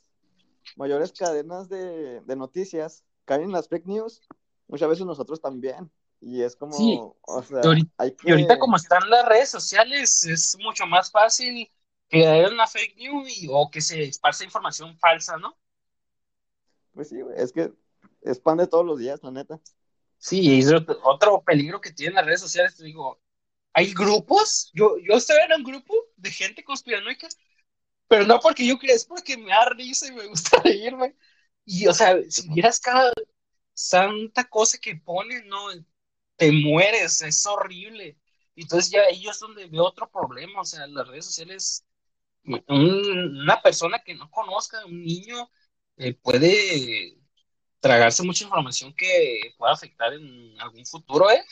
Speaker 2: mayores cadenas de, de noticias caen en las fake news, muchas veces nosotros también. Y es como,
Speaker 1: Sí,
Speaker 2: o
Speaker 1: y
Speaker 2: sea,
Speaker 1: ahorita,
Speaker 2: hay
Speaker 1: y ahorita
Speaker 2: que,
Speaker 1: como están las redes sociales, es mucho más fácil que haya una fake news y- o que se esparza información falsa, ¿no?
Speaker 2: pues sí, güey, es que es pan de todos los días, la neta.
Speaker 1: Sí, y es otro, otro peligro que tienen las redes sociales, te digo, hay grupos, yo, yo estoy en un grupo de gente conspiranoica, pero no porque yo crea, es porque me da risa y me gusta reírme. Y, o sea, si vieras cada santa cosa que ponen, no, te mueres, es horrible. Y entonces ya ahí es donde veo otro problema, o sea, las redes sociales, un- una persona que no conozca, un niño, eh, puede tragarse mucha información que pueda afectar en algún futuro, ¿eh?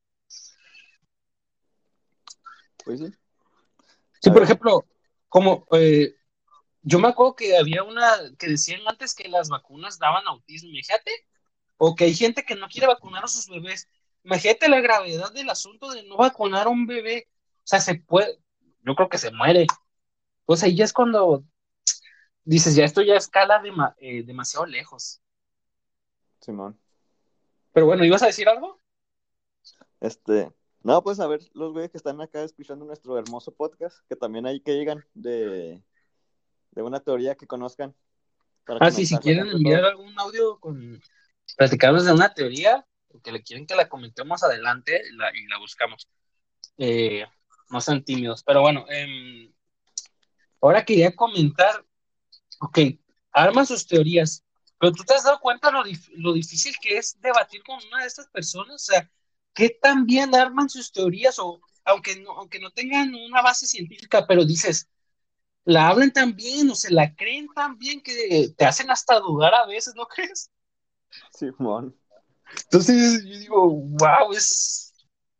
Speaker 2: Pues sí.
Speaker 1: Sí,
Speaker 2: A
Speaker 1: por
Speaker 2: ver,
Speaker 1: ejemplo, como eh, yo me acuerdo que había una que decían antes que las vacunas daban autismo, imagínate, o que hay gente que no quiere vacunar a sus bebés. Imagínate la gravedad del asunto de no vacunar a un bebé. O sea, se puede, yo creo que se muere. Pues ahí ya es cuando dices, ya esto ya escala dema- eh, demasiado lejos.
Speaker 2: Simón.
Speaker 1: Pero bueno, ¿ibas a decir algo?
Speaker 2: Este, no, pues a ver, los güeyes que están acá escuchando nuestro hermoso podcast, que también hay que digan de, de una teoría que conozcan para
Speaker 1: Ah, sí, si
Speaker 2: comentarla acá
Speaker 1: quieren
Speaker 2: entre
Speaker 1: enviar
Speaker 2: todos.
Speaker 1: algún audio con platicarnos de una teoría, o que le quieren que la comentemos adelante la- y la buscamos. Eh, no sean tímidos. Pero bueno, em, ahora quería comentar, ok, arman sus teorías, pero tú te has dado cuenta lo, dif- lo difícil que es debatir con una de estas personas, o sea, ¿qué tan bien arman sus teorías? O aunque no, aunque no tengan una base científica, pero dices, la hablan tan bien o se la creen tan bien que te hacen hasta dudar a veces, ¿no crees?
Speaker 2: Simón.
Speaker 1: Entonces yo digo, wow, es...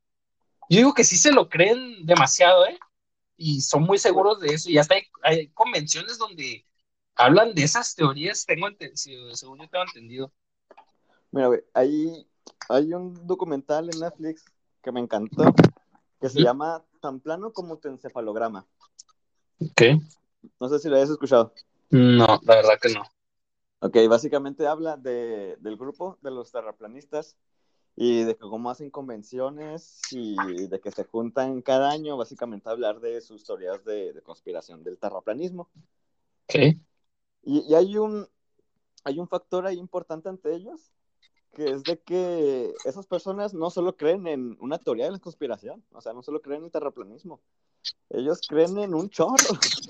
Speaker 1: Yo digo que sí se lo creen demasiado, ¿eh? Y son muy
Speaker 2: Pues,
Speaker 1: seguros de eso. Y hasta hay, hay convenciones donde hablan de esas teorías, tengo ente- si- según yo tengo entendido.
Speaker 2: mira, güey, hay, hay un documental en Netflix que me encantó, que se
Speaker 1: Ujú.
Speaker 2: llama Tan plano como tu encefalograma.
Speaker 1: Ok.
Speaker 2: No sé si lo hayas escuchado.
Speaker 1: No, la verdad que no.
Speaker 2: Ok, básicamente habla de, del grupo de los terraplanistas y de que cómo hacen convenciones y de que se juntan cada año, básicamente a hablar de sus teorías de, de conspiración del terraplanismo.
Speaker 1: Ok.
Speaker 2: Y, y hay un, hay un factor ahí importante ante ellos, que es de que esas personas no solo creen en una teoría de la conspiración, o sea, no solo creen en el terraplanismo, ellos creen en un chorro.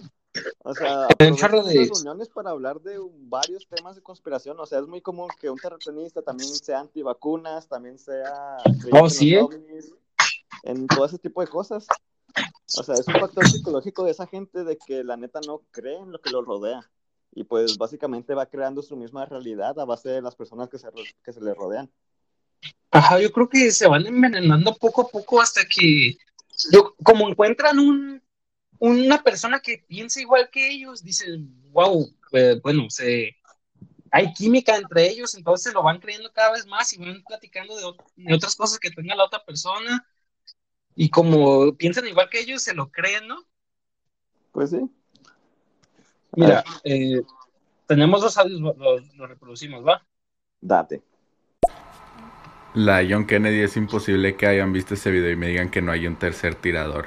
Speaker 2: O sea,
Speaker 1: Un chorro
Speaker 2: aprovechan esas
Speaker 1: de...
Speaker 2: reuniones para hablar de varios temas de conspiración. O sea, es muy común que un terraplanista también sea antivacunas, también sea
Speaker 1: Oh,
Speaker 2: creyente en los
Speaker 1: sí, ¿eh?
Speaker 2: ovnis, en todo ese tipo de cosas. O sea, es un factor psicológico de esa gente de que la neta no cree en lo que lo rodea. Y pues básicamente va creando su misma realidad a base de las personas que se, que se le rodean.
Speaker 1: Ajá, yo creo que se van envenenando poco a poco hasta que... Yo, como encuentran un, una persona que piensa igual que ellos, dicen, wow, eh, bueno, se... hay química entre ellos, entonces lo van creyendo cada vez más y van platicando de, ot- de otras cosas que tenga la otra persona. Y como piensan igual que ellos, se lo creen, ¿no?
Speaker 2: Pues sí. A ver,
Speaker 1: Mira, eh, tenemos dos audios, los lo lo reproducimos, ¿va?
Speaker 2: date.
Speaker 4: La John Kennedy es imposible que hayan visto ese video y me digan que no hay un tercer tirador.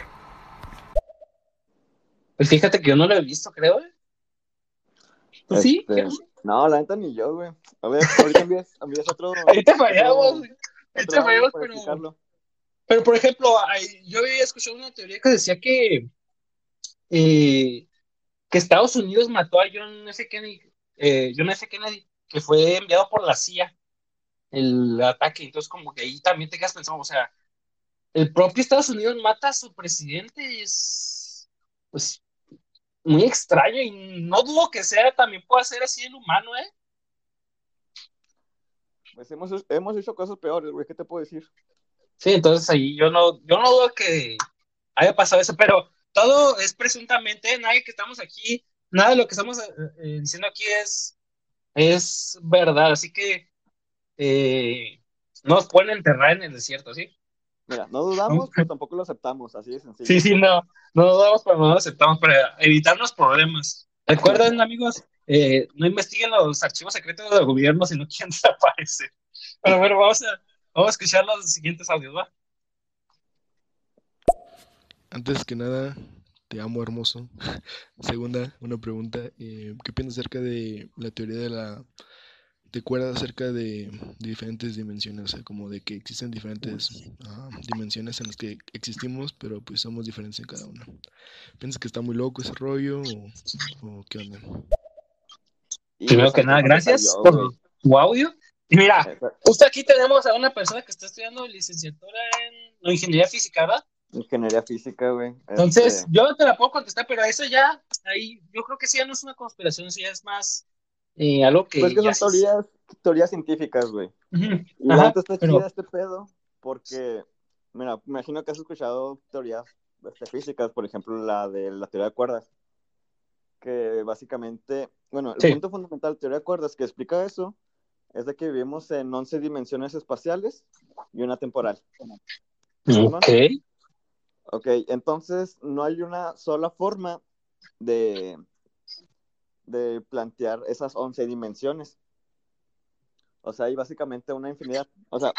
Speaker 1: Pues fíjate que yo no lo he visto, creo, ¿eh? ¿Tú sí?
Speaker 2: Este,
Speaker 1: ¿Qué?
Speaker 2: no, la neta ni yo, güey. A ver, ahorita envías, envías otro,
Speaker 1: Ahí te fallamos,
Speaker 2: otro,
Speaker 1: güey. Ahí
Speaker 2: otro
Speaker 1: te
Speaker 2: audio
Speaker 1: fallamos,
Speaker 2: para
Speaker 1: pero,
Speaker 2: explicarlo.
Speaker 1: pero por ejemplo, hay- yo había escuchado una teoría que decía que, eh, que Estados Unidos mató a John F. Kennedy, eh, John F. Kennedy, que fue enviado por la C I A, el ataque. Entonces, como que ahí también te quedas pensando, o sea, el propio Estados Unidos mata a su presidente y es, pues, muy extraño y no dudo que sea, también pueda ser así el humano, ¿eh?
Speaker 2: Pues hemos, hemos hecho cosas peores, güey, ¿qué te puedo decir?
Speaker 1: Sí, entonces ahí yo no, yo no dudo que haya pasado eso, pero todo es presuntamente, nadie que estamos aquí, nada de lo que estamos eh, eh, diciendo aquí es, es verdad, así que eh, no nos pueden enterrar en el desierto, ¿sí?
Speaker 2: Mira, no dudamos, pero tampoco lo aceptamos, así de
Speaker 1: Sí,
Speaker 2: sencillo.
Speaker 1: sí, no, no dudamos, pero no lo aceptamos para evitarnos problemas. Recuerden, amigos, eh, no investiguen los archivos secretos del gobierno si no quieren desaparecer. Pero bueno, vamos a, Vamos a escuchar los siguientes audios, ¿va?
Speaker 5: Antes que nada, te amo, hermoso. Segunda, una pregunta. eh, ¿Qué piensas acerca de la teoría de la... ¿Te acuerdas acerca de, de diferentes dimensiones? O sea, como de que existen diferentes ah, dimensiones en las que existimos, pero pues somos diferentes en cada una. ¿Piensas que está muy loco ese rollo o, o qué onda?
Speaker 2: Y
Speaker 1: Primero
Speaker 2: esa
Speaker 1: que nada,
Speaker 2: no me
Speaker 1: gracias
Speaker 2: salió,
Speaker 1: por
Speaker 2: güey.
Speaker 1: tu audio. Y mira,
Speaker 2: Esa-
Speaker 1: justo aquí tenemos a una persona que está estudiando licenciatura en no, ingeniería física, ¿verdad?
Speaker 2: Ingeniería física, güey.
Speaker 1: Entonces,
Speaker 2: Este,
Speaker 1: yo te la puedo contestar, pero eso ya, ahí, yo creo que sí ya no es una conspiración, sí ya es más eh, algo
Speaker 2: pues
Speaker 1: que
Speaker 2: que
Speaker 1: ya
Speaker 2: son
Speaker 1: sí. es-
Speaker 2: teorías, teorías científicas, güey.
Speaker 1: Ujú,
Speaker 2: Y la
Speaker 1: Ajá,
Speaker 2: neta está
Speaker 1: pero
Speaker 2: chida este pedo, porque, mira, me imagino que has escuchado teorías este, físicas, por ejemplo, la de la teoría de cuerdas, que básicamente, bueno, el
Speaker 1: sí.
Speaker 2: punto fundamental de la teoría de cuerdas que explica eso es de que vivimos en once dimensiones espaciales y una temporal. ¿Simón?
Speaker 1: Ok.
Speaker 2: Ok, entonces no hay una sola forma de, de plantear esas once dimensiones. O sea, hay básicamente una infinidad. O sea,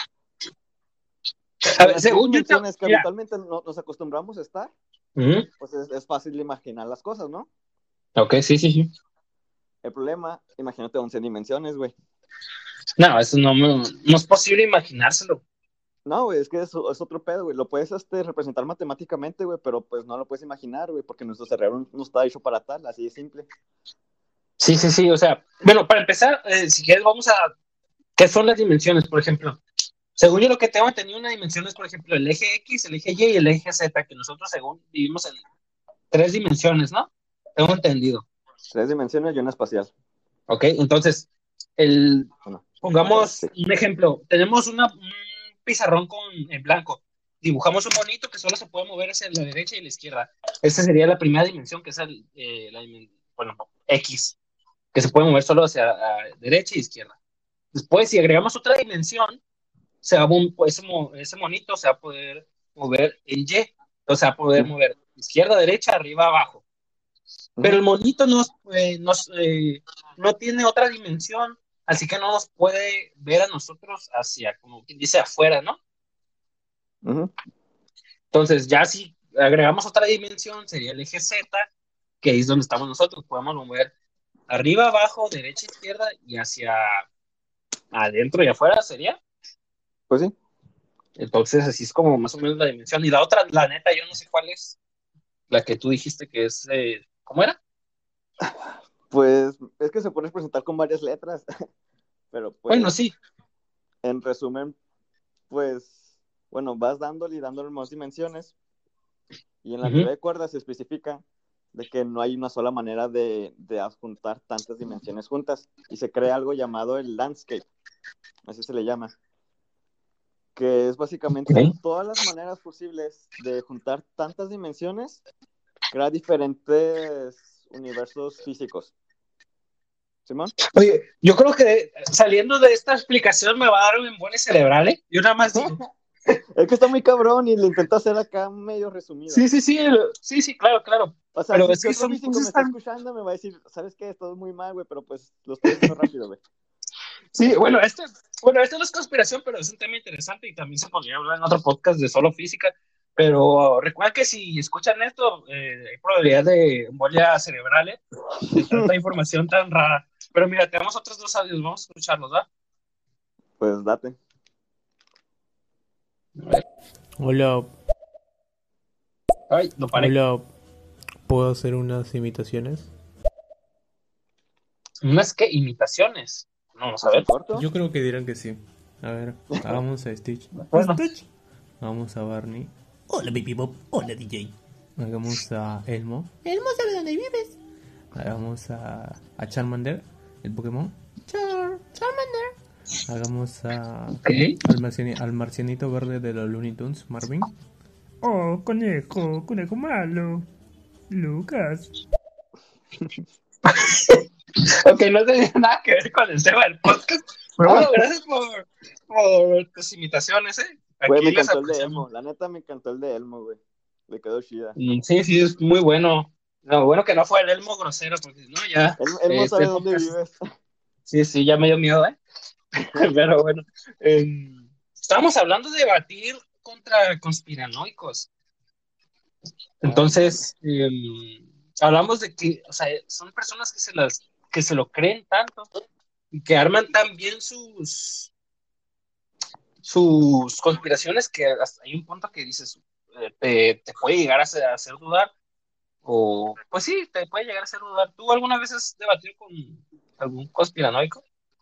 Speaker 1: A
Speaker 2: en
Speaker 1: ver,
Speaker 2: las diez
Speaker 1: según yo, te-
Speaker 2: dimensiones que
Speaker 1: mira,
Speaker 2: habitualmente no- nos acostumbramos a estar,
Speaker 1: ujú,
Speaker 2: pues es, es fácil imaginar las cosas, ¿no?
Speaker 1: ok, sí, sí, sí.
Speaker 2: El problema, imagínate once dimensiones, güey.
Speaker 1: No, eso no, me- no es posible imaginárselo.
Speaker 2: No, güey, es que es, es otro pedo, güey. Lo puedes este, representar matemáticamente, güey, pero pues no lo puedes imaginar, güey, porque nuestro cerebro no está hecho para tal, así de simple.
Speaker 1: Sí, sí, sí, o sea, bueno, para empezar, eh, si quieres, vamos a, ¿qué son las dimensiones, por ejemplo? Según yo lo que tengo entendido, una dimensión es, por ejemplo, el eje X, el eje Y y el eje Z, que nosotros según vivimos en tres dimensiones, ¿no? Tengo entendido.
Speaker 2: Tres dimensiones y una espacial.
Speaker 1: ¿Ok? Entonces, el,
Speaker 2: Bueno,
Speaker 1: pongamos
Speaker 2: sí.
Speaker 1: un ejemplo. Tenemos una, un pizarrón con, en blanco. Dibujamos un monito que solo se puede mover hacia la derecha y la izquierda. Esa sería la primera dimensión, que es el, eh, la dimen- bueno, X, que se puede mover solo hacia a derecha y izquierda. Después, si agregamos otra dimensión, se va, un- ese, mo- ese monito se va a poder mover en Y. O sea, va a poder mover izquierda, derecha, arriba, abajo. Pero el monito no, eh, nos, eh, no tiene otra dimensión, así que no nos puede ver a nosotros hacia, como quien dice, afuera, ¿no?
Speaker 2: Uh-huh.
Speaker 1: Entonces, ya si agregamos otra dimensión, sería el eje Z, que ahí es donde estamos nosotros. Podemos mover arriba, abajo, derecha, izquierda y hacia adentro y afuera, ¿sería?
Speaker 2: Pues sí.
Speaker 1: Entonces, así es como más o menos la dimensión. Y la otra, la neta, yo no sé cuál es, la que tú dijiste que es, eh, ¿cómo era?
Speaker 2: Pues es que se puede presentar con varias letras, pero pues,
Speaker 1: Bueno, sí.
Speaker 2: en resumen, pues, bueno, vas dándole y dándole más dimensiones, y en la
Speaker 1: Ujú.
Speaker 2: teoría de cuerdas se especifica de que no hay una sola manera de, de adjuntar tantas dimensiones juntas, y se crea algo llamado el landscape, así se le llama, que es básicamente
Speaker 1: Ok.
Speaker 2: todas las maneras posibles de juntar tantas dimensiones, crear diferentes universos físicos. ¿Simón?
Speaker 1: Oye, yo creo que saliendo de esta explicación me va a dar un embole cerebral, ¿eh? Yo nada más digo.
Speaker 2: Es que está muy cabrón y le intento hacer acá medio resumido.
Speaker 1: Sí, sí, sí, el- sí, sí, claro, claro.
Speaker 2: O sea,
Speaker 1: Pero
Speaker 2: si,
Speaker 1: es
Speaker 2: si
Speaker 1: que
Speaker 2: otro
Speaker 1: son
Speaker 2: físico me
Speaker 1: cosas
Speaker 2: está
Speaker 1: tan...
Speaker 2: escuchando, me va a decir, ¿sabes qué? Esto es muy mal, güey, pero pues lo estoy diciendo rápido, güey.
Speaker 1: Sí, bueno, esto, bueno, esto no es conspiración, pero es un tema interesante y también se podría hablar en otro podcast de solo física. Pero recuerda que si escuchan esto, eh, hay probabilidad de embolia cerebral, ¿eh? De tanta información tan rara. Pero mira, tenemos otros dos audios, vamos a escucharlos, ¿va?
Speaker 2: Pues date.
Speaker 3: Hola,
Speaker 1: Ay, lo paré.
Speaker 3: hola. ¿Puedo hacer unas imitaciones?
Speaker 1: Unas que imitaciones. No, vamos a ver.
Speaker 2: ¿Corto?
Speaker 3: Yo creo que dirán que sí. A ver, hagamos a Stitch.
Speaker 1: Bueno.
Speaker 3: Stitch. Hagamos a Barney. Hola, Baby Bob. Hola, D J. Hagamos a Elmo. Elmo sabe dónde vives. Hagamos a, a Charmander, el Pokémon. Char, Charmander. Hagamos a,
Speaker 1: Ok.
Speaker 3: al, marciani- al marcianito verde de los Looney Tunes, Marvin. Oh, conejo, conejo malo. Lucas.
Speaker 1: Ok, no tenía nada que ver con el tema del podcast. Pero bueno, gracias por, por tus imitaciones, ¿eh?
Speaker 2: Güey, me
Speaker 1: Aquí les
Speaker 2: encantó el de
Speaker 1: apreciamos.
Speaker 2: Elmo. La neta me encantó el de Elmo, güey. Le quedó chida.
Speaker 1: Mm, Sí, sí, es muy bueno. Lo bueno que no fue el Elmo grosero, porque no, ya.
Speaker 2: Él, él no
Speaker 1: este
Speaker 2: sabe dónde
Speaker 1: podcast-
Speaker 2: vives.
Speaker 1: Sí, sí, ya me dio miedo, ¿eh? Pero bueno. em, estábamos hablando de debatir contra conspiranoicos. Entonces, eh, hablamos de que, o sea, son personas que se las, que se lo creen tanto y que arman tan bien sus, sus conspiraciones que hasta hay un punto que dices, eh, te, te puede llegar a hacer, a hacer dudar, o pues sí, te puede llegar a hacer dudar. ¿Tú alguna vez has debatido con algún conspiranoico?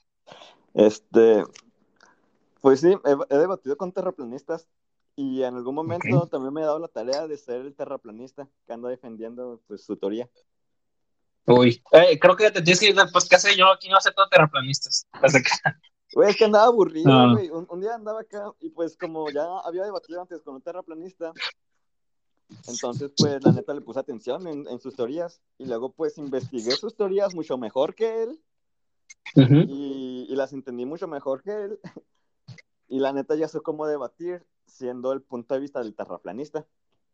Speaker 2: Este, pues sí, he, he debatido con terraplanistas y en algún momento
Speaker 1: Ok.
Speaker 2: también me he dado la tarea de ser el terraplanista que anda defendiendo pues su teoría.
Speaker 1: Uy, eh, creo que te tienes que ir del podcast. Yo aquí no acepto terraplanistas. Hasta que-
Speaker 2: Güey, es que andaba aburrido,
Speaker 1: No.
Speaker 2: güey. Un, un día andaba acá y pues como ya había debatido antes con un terraplanista, entonces pues la neta le puse atención en, en sus teorías y luego pues investigué sus teorías mucho mejor que él
Speaker 1: Ujú.
Speaker 2: y, y las entendí mucho mejor que él y la neta ya sé cómo debatir siendo el punto de vista del terraplanista.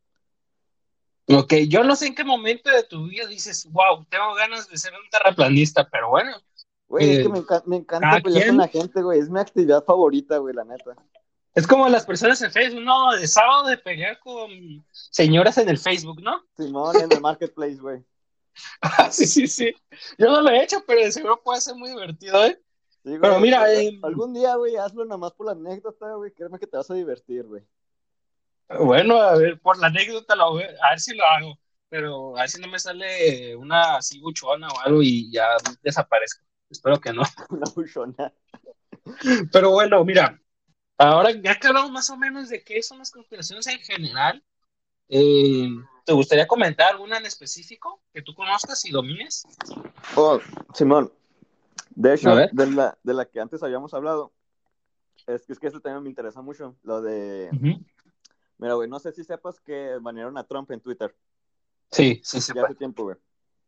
Speaker 1: Ok, yo no sé en qué momento de tu vida dices, wow, tengo ganas de ser un terraplanista, pero bueno,
Speaker 2: Güey, es que
Speaker 1: eh,
Speaker 2: me, enca- me encanta
Speaker 1: cada
Speaker 2: pelear con
Speaker 1: quien.
Speaker 2: la gente, güey. Es mi actividad favorita, güey, la neta.
Speaker 1: Es como las personas en Facebook, no, de sábado de pelear con señoras en el Facebook, ¿no?
Speaker 2: Simón en el marketplace, güey.
Speaker 1: Sí, sí, sí. Yo no lo he hecho, pero de seguro puede ser muy divertido, ¿eh?
Speaker 2: Sí,
Speaker 1: Pero
Speaker 2: güey.
Speaker 1: mira,
Speaker 2: eh,
Speaker 1: eh,
Speaker 2: Algún día, güey, hazlo nada más por la anécdota, güey. Créeme que te vas a divertir, güey.
Speaker 1: bueno, a ver, por la anécdota, la voy a a ver si lo hago, pero a ver si no me sale una así buchona o algo y ya desaparezco. Espero que no.
Speaker 2: Una buchona.
Speaker 1: Pero bueno, mira, ahora ya que hablamos más o menos de qué son las conspiraciones en general, eh, ¿te gustaría comentar alguna en específico que tú conozcas y domines?
Speaker 2: Oh, Simón. De
Speaker 1: A
Speaker 2: hecho,
Speaker 1: ver.
Speaker 2: de la, de la que antes habíamos hablado, es que, es que este tema me interesa mucho. Lo de.
Speaker 1: Uh-huh.
Speaker 2: Mira, güey, no sé si sepas que banearon a Trump en Twitter.
Speaker 1: Sí, sí, sí.
Speaker 2: Ya hace tiempo, güey.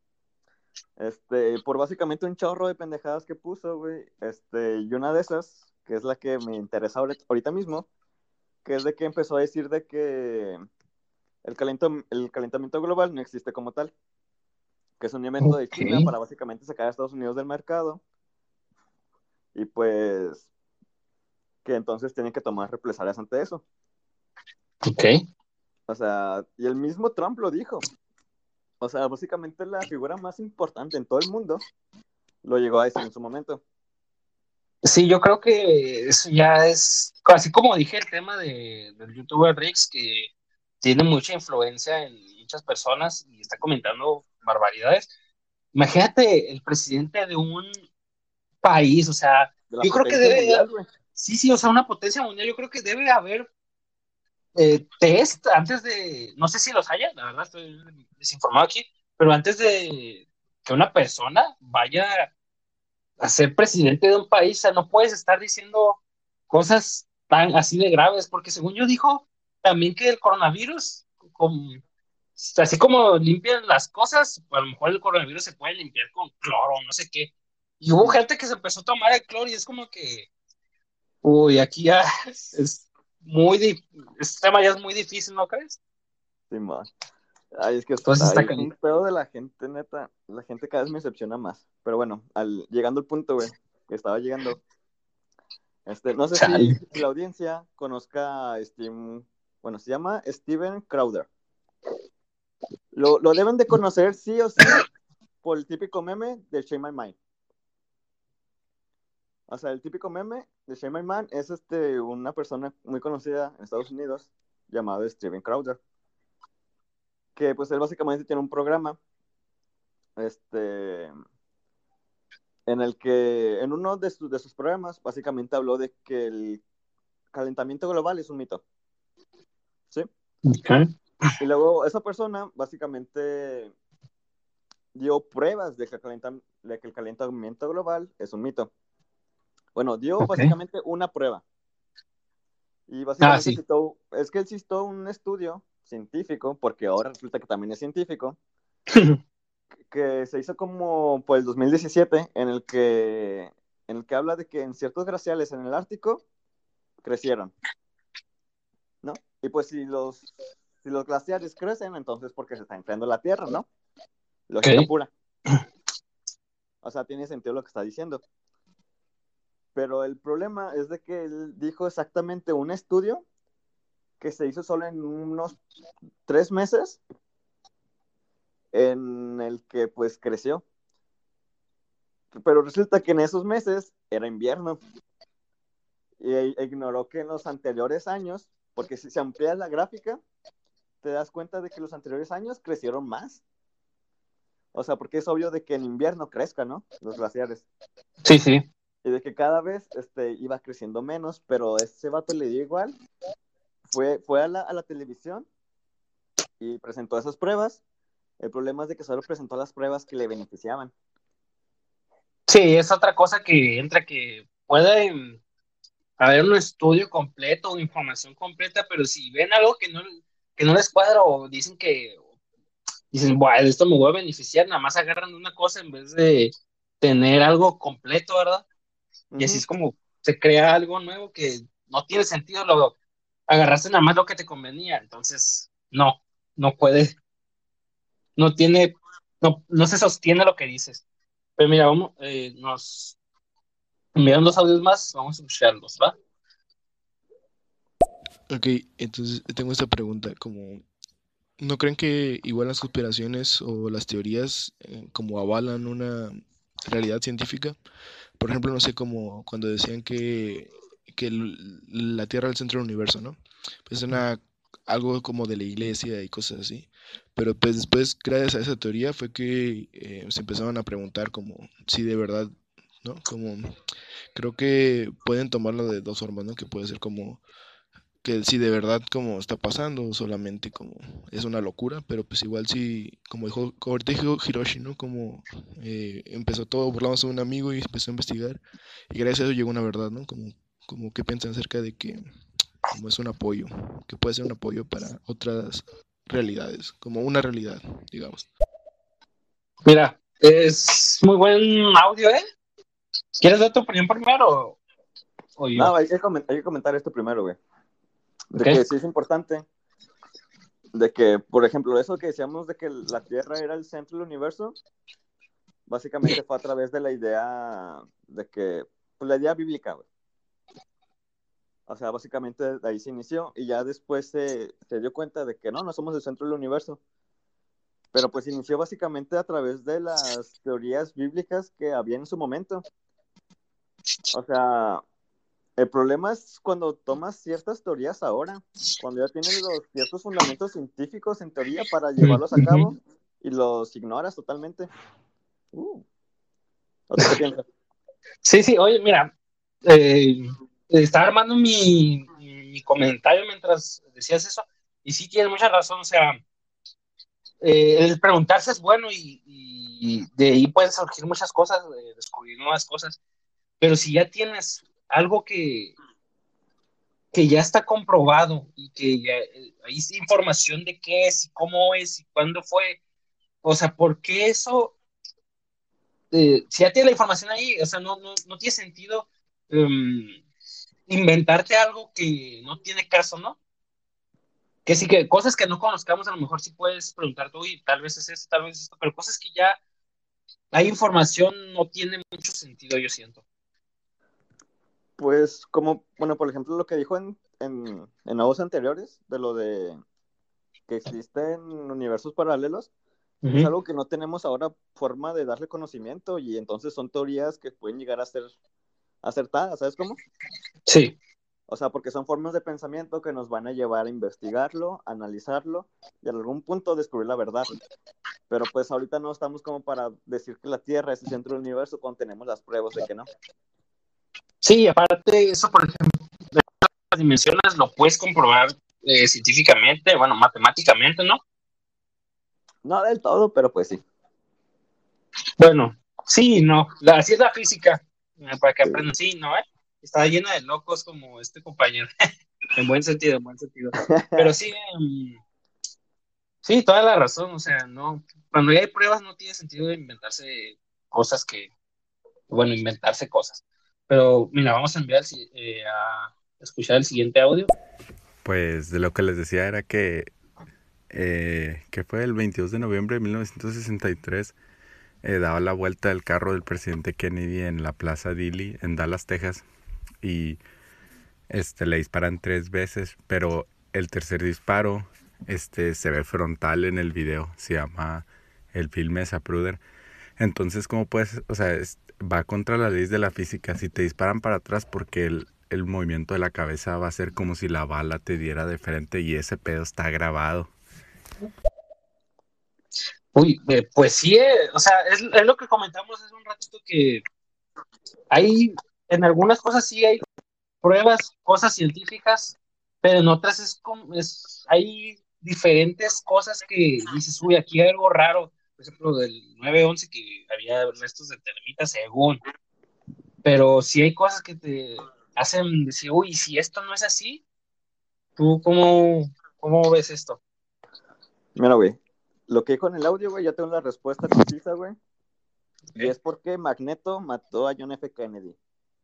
Speaker 2: Este, por básicamente un chorro de pendejadas que puso, güey. Este, y una de esas, que es la que me interesa ahorita, ahorita mismo, que es de que empezó a decir de que el, calento, el calentamiento global no existe como tal, que es un invento de
Speaker 1: Ok,
Speaker 2: China para básicamente sacar a Estados Unidos del mercado y pues que entonces tienen que tomar represalias ante eso.
Speaker 1: ok.
Speaker 2: O sea, y el mismo Trump lo dijo. O sea, básicamente la figura más importante en todo el mundo lo llegó a decir en su momento.
Speaker 1: Sí, yo creo que eso ya es, así como dije el tema de, del youtuber Rix, que tiene mucha influencia en muchas personas y está comentando barbaridades. Imagínate el presidente de un país, o sea,
Speaker 2: De la
Speaker 1: yo creo que
Speaker 2: potencia
Speaker 1: debe,
Speaker 2: mundial, güey.
Speaker 1: sí, sí, o sea, una potencia mundial, yo creo que debe haber eh, test antes de, no sé si los haya, la verdad estoy desinformado aquí, pero antes de que una persona vaya a ser presidente de un país, o sea, no puedes estar diciendo cosas tan así de graves, porque según yo dijo también que el coronavirus, con, así como limpian las cosas, a lo mejor el coronavirus se puede limpiar con cloro, no sé qué. Y hubo gente que se empezó a tomar el cloro y es como que, uy, aquí ya es muy, este tema ya es muy difícil, ¿no crees?
Speaker 2: Sí, man. Ay, es que es,
Speaker 1: Entonces está
Speaker 2: ay, es un
Speaker 1: caliente.
Speaker 2: pedo de la gente, neta. La gente cada vez me decepciona más. Pero bueno, al, llegando al punto, güey, que estaba llegando. Este, no sé si,
Speaker 1: Chale.
Speaker 2: si la audiencia conozca a Steven, bueno, se llama Steven Crowder. Lo, lo deben de conocer sí o sí por el típico meme de Shame My Mind. O sea, el típico meme de Shame My Man es este, una persona muy conocida en Estados Unidos llamado Steven Crowder. Que pues él básicamente tiene un programa este, en el que en uno de sus, de sus programas básicamente habló de que el calentamiento global es un mito. ¿Sí?
Speaker 1: Okay.
Speaker 2: Y luego esa persona básicamente dio pruebas de que, el calenta- de que el calentamiento global es un mito. Bueno, dio
Speaker 1: Okay.
Speaker 2: básicamente una prueba. Y
Speaker 1: Ah,
Speaker 2: básicamente
Speaker 1: sí.
Speaker 2: citó, es que él citó un estudio científico, porque ahora resulta que también es científico, que se hizo como por el dos mil diecisiete, en el que, en el que habla de que en ciertos glaciales en el Ártico crecieron, ¿no? Y pues si los, si los glaciares crecen, entonces porque se está enfriando la Tierra, ¿no? Lógica
Speaker 1: Okay.
Speaker 2: pura. O sea, tiene sentido lo que está diciendo. Pero el problema es de que él dijo exactamente un estudio que se hizo solo en unos tres meses en el que pues creció. Pero resulta que en esos meses era invierno y e- ignoró que en los anteriores años, porque si se amplía la gráfica, te das cuenta de que los anteriores años crecieron más. O sea, porque es obvio de que en invierno crezcan, ¿no? Los glaciares.
Speaker 1: Sí, sí.
Speaker 2: Y de que cada vez este, iba creciendo menos, pero ese vato le dio igual. Fue, fue a la, a la televisión y presentó esas pruebas. El problema es de que solo presentó las pruebas que le beneficiaban.
Speaker 1: Sí, es otra cosa que entra que puede mm, haber un estudio completo o información completa, pero si ven algo que no, que no les cuadra o dicen que dicen, bueno, esto me va a beneficiar, nada más agarran una cosa en vez de tener algo completo, ¿verdad? Y así
Speaker 2: Ujú.
Speaker 1: es como se crea algo nuevo que no tiene sentido, lo agarraste nada más lo que te convenía, entonces no, no puede, no tiene, no, no se sostiene lo que dices. Pero mira, vamos, eh, nos enviaron dos audios más, vamos a escucharlos, ¿va?
Speaker 5: Ok, entonces tengo esta pregunta, como, ¿no creen que igual las conspiraciones o las teorías eh, como avalan una realidad científica? Por ejemplo, no sé, como cuando decían que, que el- la Tierra es el centro del universo, ¿no? Pues es una, algo como de la iglesia y cosas así. Pero pues después, gracias a esa teoría, fue que eh, se empezaron a preguntar como si de verdad, ¿no? Como creo que pueden tomarlo de dos formas, ¿no? Que puede ser como que si de verdad como está pasando, o solamente como es una locura, pero pues igual sí, como dijo, como ahorita dijo Hiroshi, ¿no? Como eh, empezó todo burlándose de un amigo y empezó a investigar, y gracias a eso llegó una verdad, ¿no? Como, como que piensan acerca de que como es un apoyo, que puede ser un apoyo para otras realidades, como una realidad, digamos.
Speaker 1: Mira, es muy buen audio, ¿eh? ¿Quieres dar tu opinión primero o, o yo?
Speaker 2: No, hay que, coment- hay que comentar esto primero, güey. De
Speaker 1: ¿Ok?
Speaker 2: que sí es importante, de que, por ejemplo, eso que decíamos de que la Tierra era el centro del universo, básicamente fue a través de la idea de que, pues la idea bíblica, güey. O sea, básicamente de ahí se inició y ya después se, se dio cuenta de que no, no somos el centro del universo. Pero pues inició básicamente a través de las teorías bíblicas que había en su momento. O sea, el problema es cuando tomas ciertas teorías ahora, cuando ya tienes los ciertos fundamentos científicos en teoría para llevarlos a cabo
Speaker 1: Ujú.
Speaker 2: y los ignoras totalmente. Uh, ¿O tú qué piensas?
Speaker 1: Sí, sí, oye, mira, eh, estaba armando mi, mi comentario mientras decías eso, y sí tienes mucha razón, o sea, eh, el preguntarse es bueno y, y de ahí pueden surgir muchas cosas, eh, descubrir nuevas cosas, pero si ya tienes algo que, que ya está comprobado y que ya eh, hay información de qué es y cómo es y cuándo fue, o sea, ¿por qué eso? Eh, si ya tienes la información ahí, o sea, no, no, no tiene sentido um, inventarte algo que no tiene caso, ¿no? Que sí, que cosas que no conozcamos, a lo mejor sí puedes preguntar tú y tal vez es esto, tal vez es esto, pero cosas que ya hay información no tiene mucho sentido, yo siento.
Speaker 2: Pues como, bueno, por ejemplo, lo que dijo en, en, en audios anteriores, de lo de que existen universos paralelos, es
Speaker 1: Uh-huh.
Speaker 2: algo que no tenemos ahora forma de darle conocimiento y entonces son teorías que pueden llegar a ser acertadas, ¿sabes cómo?
Speaker 1: Sí.
Speaker 2: O sea, porque son formas de pensamiento que nos van a llevar a investigarlo, analizarlo y en algún punto descubrir la verdad. Pero pues ahorita no estamos como para decir que la Tierra es el centro del universo cuando tenemos las pruebas de que no.
Speaker 1: Sí, aparte eso, por ejemplo, las dimensiones lo puedes comprobar eh, científicamente, bueno, matemáticamente, ¿no?
Speaker 2: No del todo, pero pues sí.
Speaker 1: Bueno, sí, no, la, así es la física, eh, para que
Speaker 2: Sí.
Speaker 1: aprendan, sí, ¿no? ¿Eh? Está llena de locos como este compañero, en buen sentido, en buen sentido. Pero sí, um, sí, toda la razón, o sea, no, cuando ya hay pruebas no tiene sentido inventarse cosas que, bueno, inventarse cosas. Pero mira, vamos a enviar eh, a escuchar el siguiente audio.
Speaker 4: Pues de lo que les decía era que, eh, que fue el veintidós de noviembre de mil novecientos sesenta y tres, eh, daba la vuelta del carro del presidente Kennedy en la Plaza Dilley, en Dallas, Texas, y este, le disparan tres veces, pero el tercer disparo este, se ve frontal en el video, se llama el filme Zapruder. Entonces, ¿cómo puedes? O sea, es- va contra las leyes de la física. Si te disparan para atrás, porque el, el movimiento de la cabeza va a ser como si la bala te diera de frente y ese pedo está grabado.
Speaker 1: Uy, eh, pues sí, eh, o sea, es, es lo que comentamos hace un ratito que hay, en algunas cosas sí hay pruebas, cosas científicas, pero en otras es como, es, hay diferentes cosas que dices, uy, aquí hay algo raro, por ejemplo, del nueve once que había restos de termitas según, pero sí hay cosas que te hacen decir, uy, si esto no es así, ¿tú cómo, cómo ves esto?
Speaker 2: Mira, güey, lo que dijo en el audio, güey, ya tengo la respuesta concisa, güey. Y
Speaker 1: ¿Eh?
Speaker 2: es porque Magneto mató a John F. Kennedy.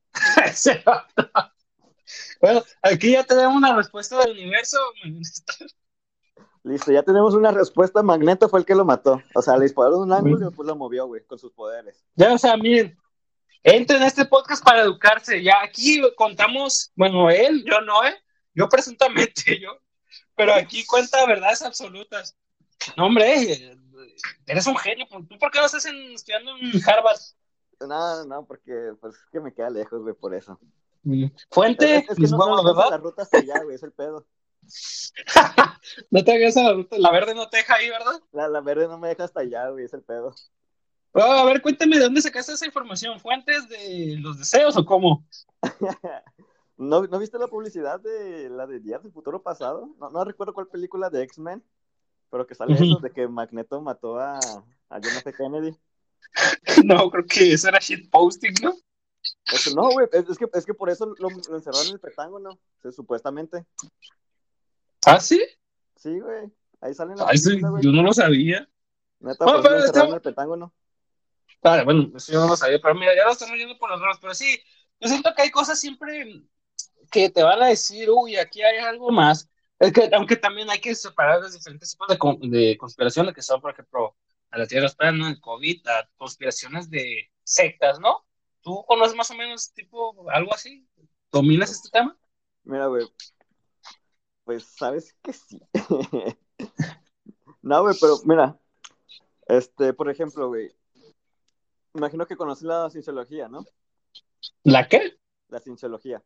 Speaker 1: Bueno, aquí ya tenemos una respuesta del universo.
Speaker 2: Listo, ya tenemos una respuesta. Magneto fue el que lo mató. O sea, le disparó de un ángulo y después lo movió, güey, con sus poderes.
Speaker 1: Ya, o sea, miren, entren a este podcast para educarse. Ya aquí contamos, bueno, él, yo no, ¿eh? Yo presuntamente, yo, pero aquí cuenta verdades absolutas. No, hombre, eh, eres un genio. ¿Tú por qué no estás en- estudiando en Harvard?
Speaker 2: No, no, no, porque pues es que me queda lejos, güey, por eso.
Speaker 1: Mm.
Speaker 2: Es,
Speaker 1: Fuente,
Speaker 2: es- es que
Speaker 1: mis
Speaker 2: no, no
Speaker 1: huevos,
Speaker 2: alcanza
Speaker 1: ¿verdad?
Speaker 2: la ruta hasta allá, güey, es el pedo.
Speaker 1: No te hagas a la ruta, la verde no te deja ahí, ¿verdad?
Speaker 2: La, la verde no me deja hasta allá, güey, es el pedo.
Speaker 1: Oh, a ver, cuéntame de dónde sacaste esa información. ¿Fuentes de los deseos o cómo?
Speaker 2: ¿No, ¿No viste la publicidad de la de Días del Futuro Pasado? No, no recuerdo cuál película de X-Men, pero que sale eso, de que Magneto mató a, a John F. Kennedy.
Speaker 1: No, creo que eso era shitposting, ¿no?
Speaker 2: Este, no, güey, es, es que, es que por eso lo, lo encerraron en el Pentágono, o sea, supuestamente.
Speaker 1: ¿Ah, sí?
Speaker 2: Sí, güey, ahí sale en la
Speaker 1: Ay, sí,
Speaker 2: película, güey.
Speaker 1: yo no lo sabía.
Speaker 2: Neta, por
Speaker 1: Bueno,
Speaker 2: eso lo
Speaker 1: pero
Speaker 2: encerraron en
Speaker 1: está...
Speaker 2: el Pentágono.
Speaker 1: Vale, bueno, eso yo no lo sabía, pero mira, ya lo estamos yendo por las ramas, pero sí, yo siento que hay cosas siempre que te van a decir, uy, aquí hay algo más. Es que, aunque también hay que separar los diferentes tipos de, con- de conspiraciones que son, por ejemplo, a la Tierra plana, el COVID, a conspiraciones de sectas, ¿no? ¿Tú conoces más o menos tipo algo así? ¿Dominas este tema?
Speaker 2: Mira, güey, pues sabes que sí. No, güey, pero mira, este, por ejemplo, güey, imagino que conoces la cienciología, ¿no?
Speaker 1: ¿La qué?
Speaker 2: La cienciología.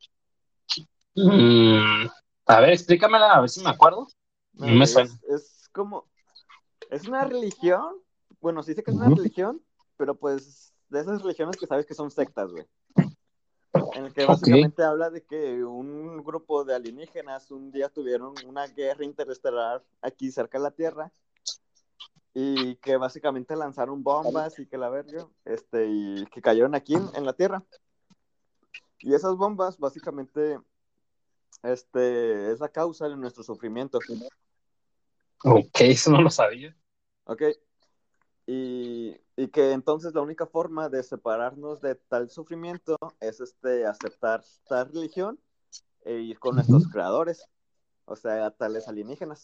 Speaker 1: Mm, a ver, explícamela, a ver si me acuerdo.
Speaker 2: No,
Speaker 1: No me
Speaker 2: güey,
Speaker 1: suena.
Speaker 2: es, es como, es una religión, bueno, sí dice que es una
Speaker 1: Ujú.
Speaker 2: religión, pero pues de esas religiones que sabes que son sectas, güey. En el que
Speaker 1: Ok.
Speaker 2: básicamente habla de que un grupo de alienígenas un día tuvieron una guerra interestelar aquí cerca de la Tierra y que básicamente lanzaron bombas y que la verga, este, y que cayeron aquí en, en la Tierra. Y esas bombas básicamente, este, es la causa de nuestro sufrimiento,
Speaker 1: Ok, eso no lo sabía.
Speaker 2: ¿ok? Y, y que entonces la única forma de separarnos de tal sufrimiento es este, aceptar tal religión e ir con
Speaker 1: Ujú.
Speaker 2: nuestros creadores, o sea, tales alienígenas.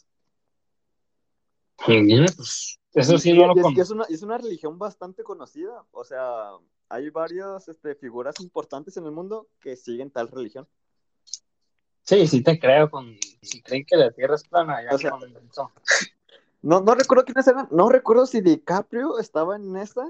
Speaker 1: Mira, pues, eso
Speaker 2: Y,
Speaker 1: sí
Speaker 2: y,
Speaker 1: no lo
Speaker 2: y es, y es
Speaker 1: conozco.
Speaker 2: una, y es una religión bastante conocida, o sea, hay varias este, figuras importantes en el mundo que siguen tal religión.
Speaker 1: Sí, sí te creo, con, si creen que la Tierra es plana, ya
Speaker 2: O sea,
Speaker 1: con eso.
Speaker 2: no, no recuerdo quiénes eran, no recuerdo si DiCaprio estaba en esa,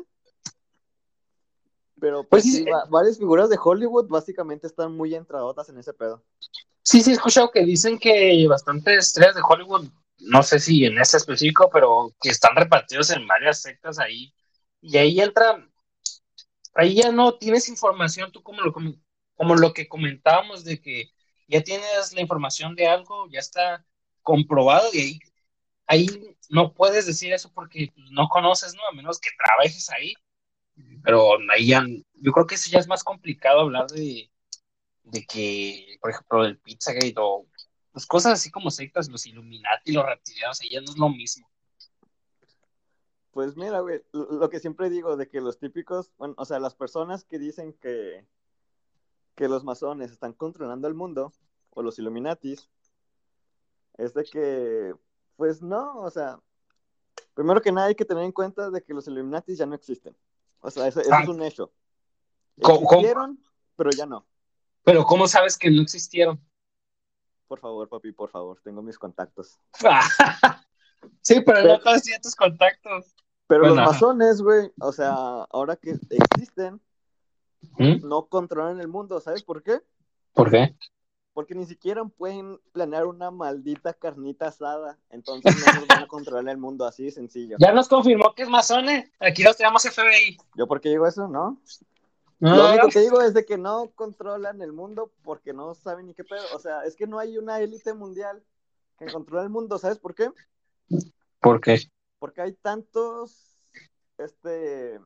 Speaker 2: pero
Speaker 1: Pues
Speaker 2: pues
Speaker 1: sí,
Speaker 2: sí, va- varias figuras de Hollywood básicamente están muy entradotas en ese pedo.
Speaker 1: sí, sí he escuchado que dicen que bastantes estrellas de Hollywood, no sé si en este específico, pero que están repartidos en varias sectas ahí. Y ahí entra, ahí ya no tienes información, tú como lo, como, como lo que comentábamos de que ya tienes la información de algo, ya está comprobado y ahí, ahí no puedes decir eso porque no conoces, ¿no? A menos que trabajes ahí. Pero ahí ya, yo creo que eso ya es más complicado hablar de, de que, por ejemplo, el Pizzagate o pues, cosas así como sectas, los Illuminati, los reptilianos, ahí ya no es lo mismo.
Speaker 2: Pues mira, güey, lo lo que siempre digo de que los típicos, bueno, o sea, las personas que dicen que, que los masones están controlando el mundo, o los Illuminatis, es de que, pues no, o sea, primero que nada hay que tener en cuenta de que los Illuminatis ya no existen. O sea, eso, eso
Speaker 1: Ah,
Speaker 2: es un hecho.
Speaker 1: ¿cómo- cómo?
Speaker 2: Existieron, pero ya no.
Speaker 1: Pero ¿cómo sabes que no existieron?
Speaker 2: Por favor, papi, por favor, tengo mis contactos.
Speaker 1: Sí, pero no
Speaker 2: Pero,
Speaker 1: todos tienen tus contactos.
Speaker 2: pero los
Speaker 1: Bueno, ajá.
Speaker 2: masones, güey, o sea, ahora que existen,
Speaker 1: ¿Mm?
Speaker 2: no controlan el mundo, ¿sabes por qué?
Speaker 1: ¿Por qué?
Speaker 2: Porque ni siquiera pueden planear una maldita carnita asada, entonces menos van a controlar el mundo, así de sencillo.
Speaker 1: Ya nos confirmó que es masone. Aquí los tenemos F B I.
Speaker 2: ¿Yo por qué digo eso? No.
Speaker 1: No,
Speaker 2: Lo
Speaker 1: no,
Speaker 2: único
Speaker 1: no.
Speaker 2: que digo es de que no controlan el mundo porque no saben ni qué pedo. O sea, es que no hay una élite mundial que controla el mundo, ¿sabes por qué?
Speaker 1: ¿Por qué?
Speaker 2: Porque hay tantos, este,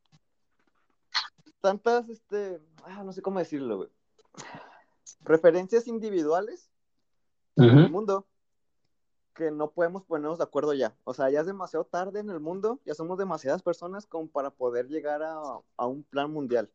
Speaker 2: tantas, este, ah, no sé cómo decirlo, güey, referencias individuales en el
Speaker 1: Ujú.
Speaker 2: mundo que no podemos ponernos de acuerdo ya. O sea, ya es demasiado tarde en el mundo, ya somos demasiadas personas como para poder llegar a, a un plan mundial.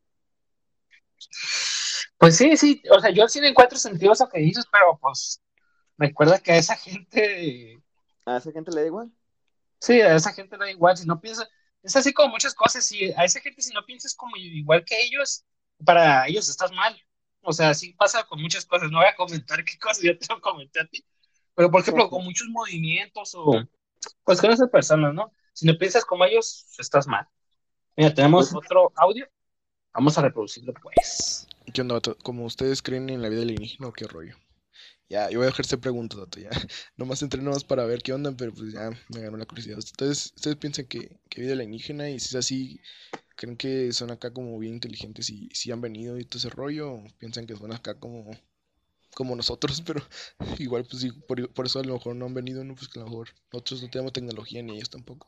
Speaker 1: Pues sí, sí. O sea, yo sí le encuentro sentido a eso que dices, pero pues recuerda que a esa gente,
Speaker 2: A esa gente le da igual.
Speaker 1: sí, a esa gente le da igual. Si no piensa, es así como muchas cosas. Si a esa gente, si no piensas como igual que ellos, para ellos estás mal. O sea, sí pasa con muchas cosas. No voy a comentar qué cosas, ya te lo comenté a ti. Pero, por ejemplo, con muchos movimientos o pues con esas personas, ¿no? Si no piensas como ellos, estás mal. Mira,
Speaker 2: Pues,
Speaker 1: tenemos otro audio. Vamos a reproducirlo, pues.
Speaker 5: ¿Qué onda, vato? ¿Como ustedes creen en la vida alienígena o qué rollo? Ya, yo voy a dejarse preguntas, vato, ya. Nomás entrenamos para ver qué onda, pero pues ya me ganó la curiosidad. ¿Ustedes, ustedes piensan que, que vida alienígena y si es así, creen que son acá como bien inteligentes y si han venido y todo ese rollo? ¿O piensan que son acá como, como nosotros, pero igual pues sí, por, por eso a lo mejor no han venido, ¿no? Pues que a lo mejor nosotros no tenemos tecnología ni ellos tampoco.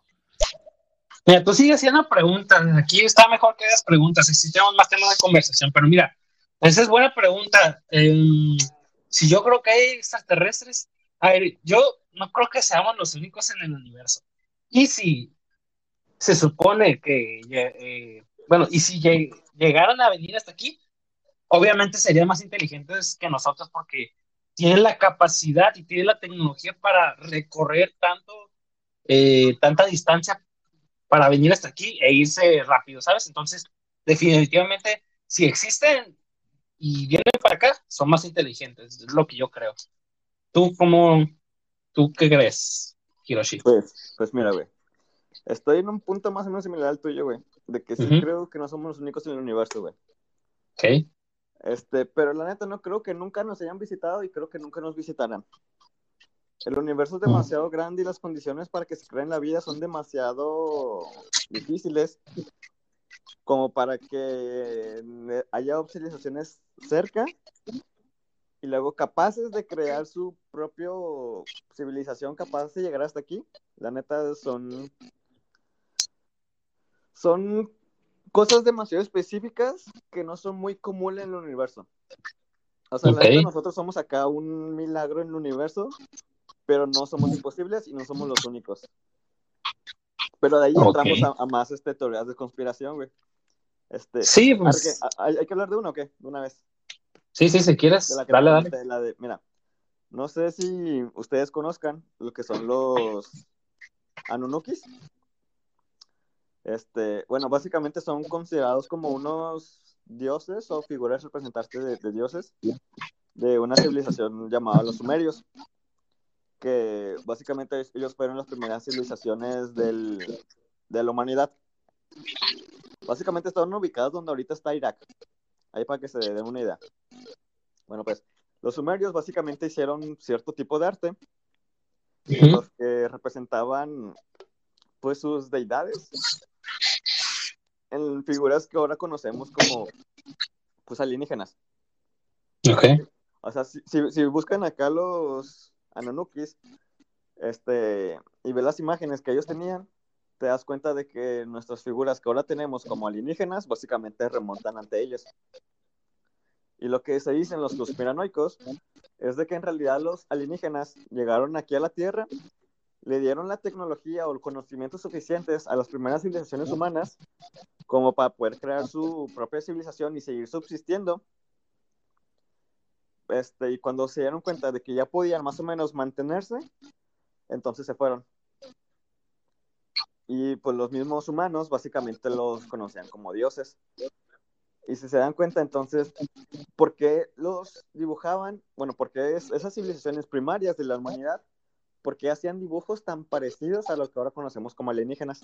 Speaker 1: Mira, tú sigues haciendo preguntas. Aquí está mejor que hagas preguntas. Así tenemos más temas de conversación. Pero mira, esa es buena pregunta. Eh, si yo creo que hay extraterrestres, a ver, yo no creo que seamos los únicos en el universo. Y si se supone que, eh, bueno, y si lleg- llegaran a venir hasta aquí, obviamente serían más inteligentes que nosotros porque tienen la capacidad y tienen la tecnología para recorrer tanto, eh, tanta distancia para venir hasta aquí e irse rápido, ¿sabes? Entonces, definitivamente, si existen y vienen para acá, son más inteligentes, es lo que yo creo. ¿Tú cómo, tú qué crees, Hiroshi?
Speaker 2: pues, pues mira, güey. Estoy en un punto más o menos similar al tuyo, güey. De que sí
Speaker 1: Ujú.
Speaker 2: creo que no somos los únicos en el universo, güey.
Speaker 1: Ok.
Speaker 2: Este, pero la neta no creo que nunca nos hayan visitado y creo que nunca nos visitarán. El universo es
Speaker 1: Mm.
Speaker 2: demasiado grande y las condiciones para que se creen la vida son demasiado difíciles como para que haya civilizaciones cerca y luego capaces de crear su propio civilización capaz de llegar hasta aquí. La neta son son cosas demasiado específicas que no son muy comunes en el universo. O sea, la
Speaker 1: Ok.
Speaker 2: neta nosotros somos acá un milagro en el universo, pero no somos imposibles y no somos los únicos. Pero de ahí
Speaker 1: Ok.
Speaker 2: entramos a, a más este, teorías de conspiración, güey. Este,
Speaker 1: Sí,
Speaker 2: Arque,
Speaker 1: pues,
Speaker 2: ¿hay, ¿hay que hablar de uno o qué? De una vez.
Speaker 1: sí, sí, si
Speaker 2: De la
Speaker 1: quieres,
Speaker 2: que te
Speaker 1: dale, dale.
Speaker 2: comenté, la de, mira, no sé si ustedes conozcan lo que son los Anunnakis. Este, bueno, básicamente son considerados como unos dioses o figuras representantes de, de dioses de una civilización llamada los Sumerios, que básicamente ellos fueron las primeras civilizaciones del, de la humanidad. Básicamente estaban ubicados donde ahorita está Irak, ahí para que se den una idea. Bueno, pues los sumerios básicamente hicieron cierto tipo de arte en
Speaker 1: Ujú.
Speaker 2: los que representaban pues sus deidades en figuras que ahora conocemos como pues alienígenas.
Speaker 1: Ok.
Speaker 2: O sea, si, si, si buscan acá los Anunnakis este, y ves las imágenes que ellos tenían, te das cuenta de que nuestras figuras que ahora tenemos como alienígenas básicamente remontan ante ellos. Y lo que se dicen los conspiranoicos es de que en realidad los alienígenas llegaron aquí a la Tierra, le dieron la tecnología o los conocimientos suficientes a las primeras civilizaciones humanas como para poder crear su propia civilización y seguir subsistiendo. Este, y cuando se dieron cuenta de que ya podían más o menos mantenerse, entonces se fueron. Y pues los mismos humanos básicamente los conocían como dioses. Y si se dan cuenta, entonces, ¿por qué los dibujaban? Bueno, porque es, esas civilizaciones primarias de la humanidad, ¿por qué hacían dibujos tan parecidos a lo que ahora conocemos como alienígenas?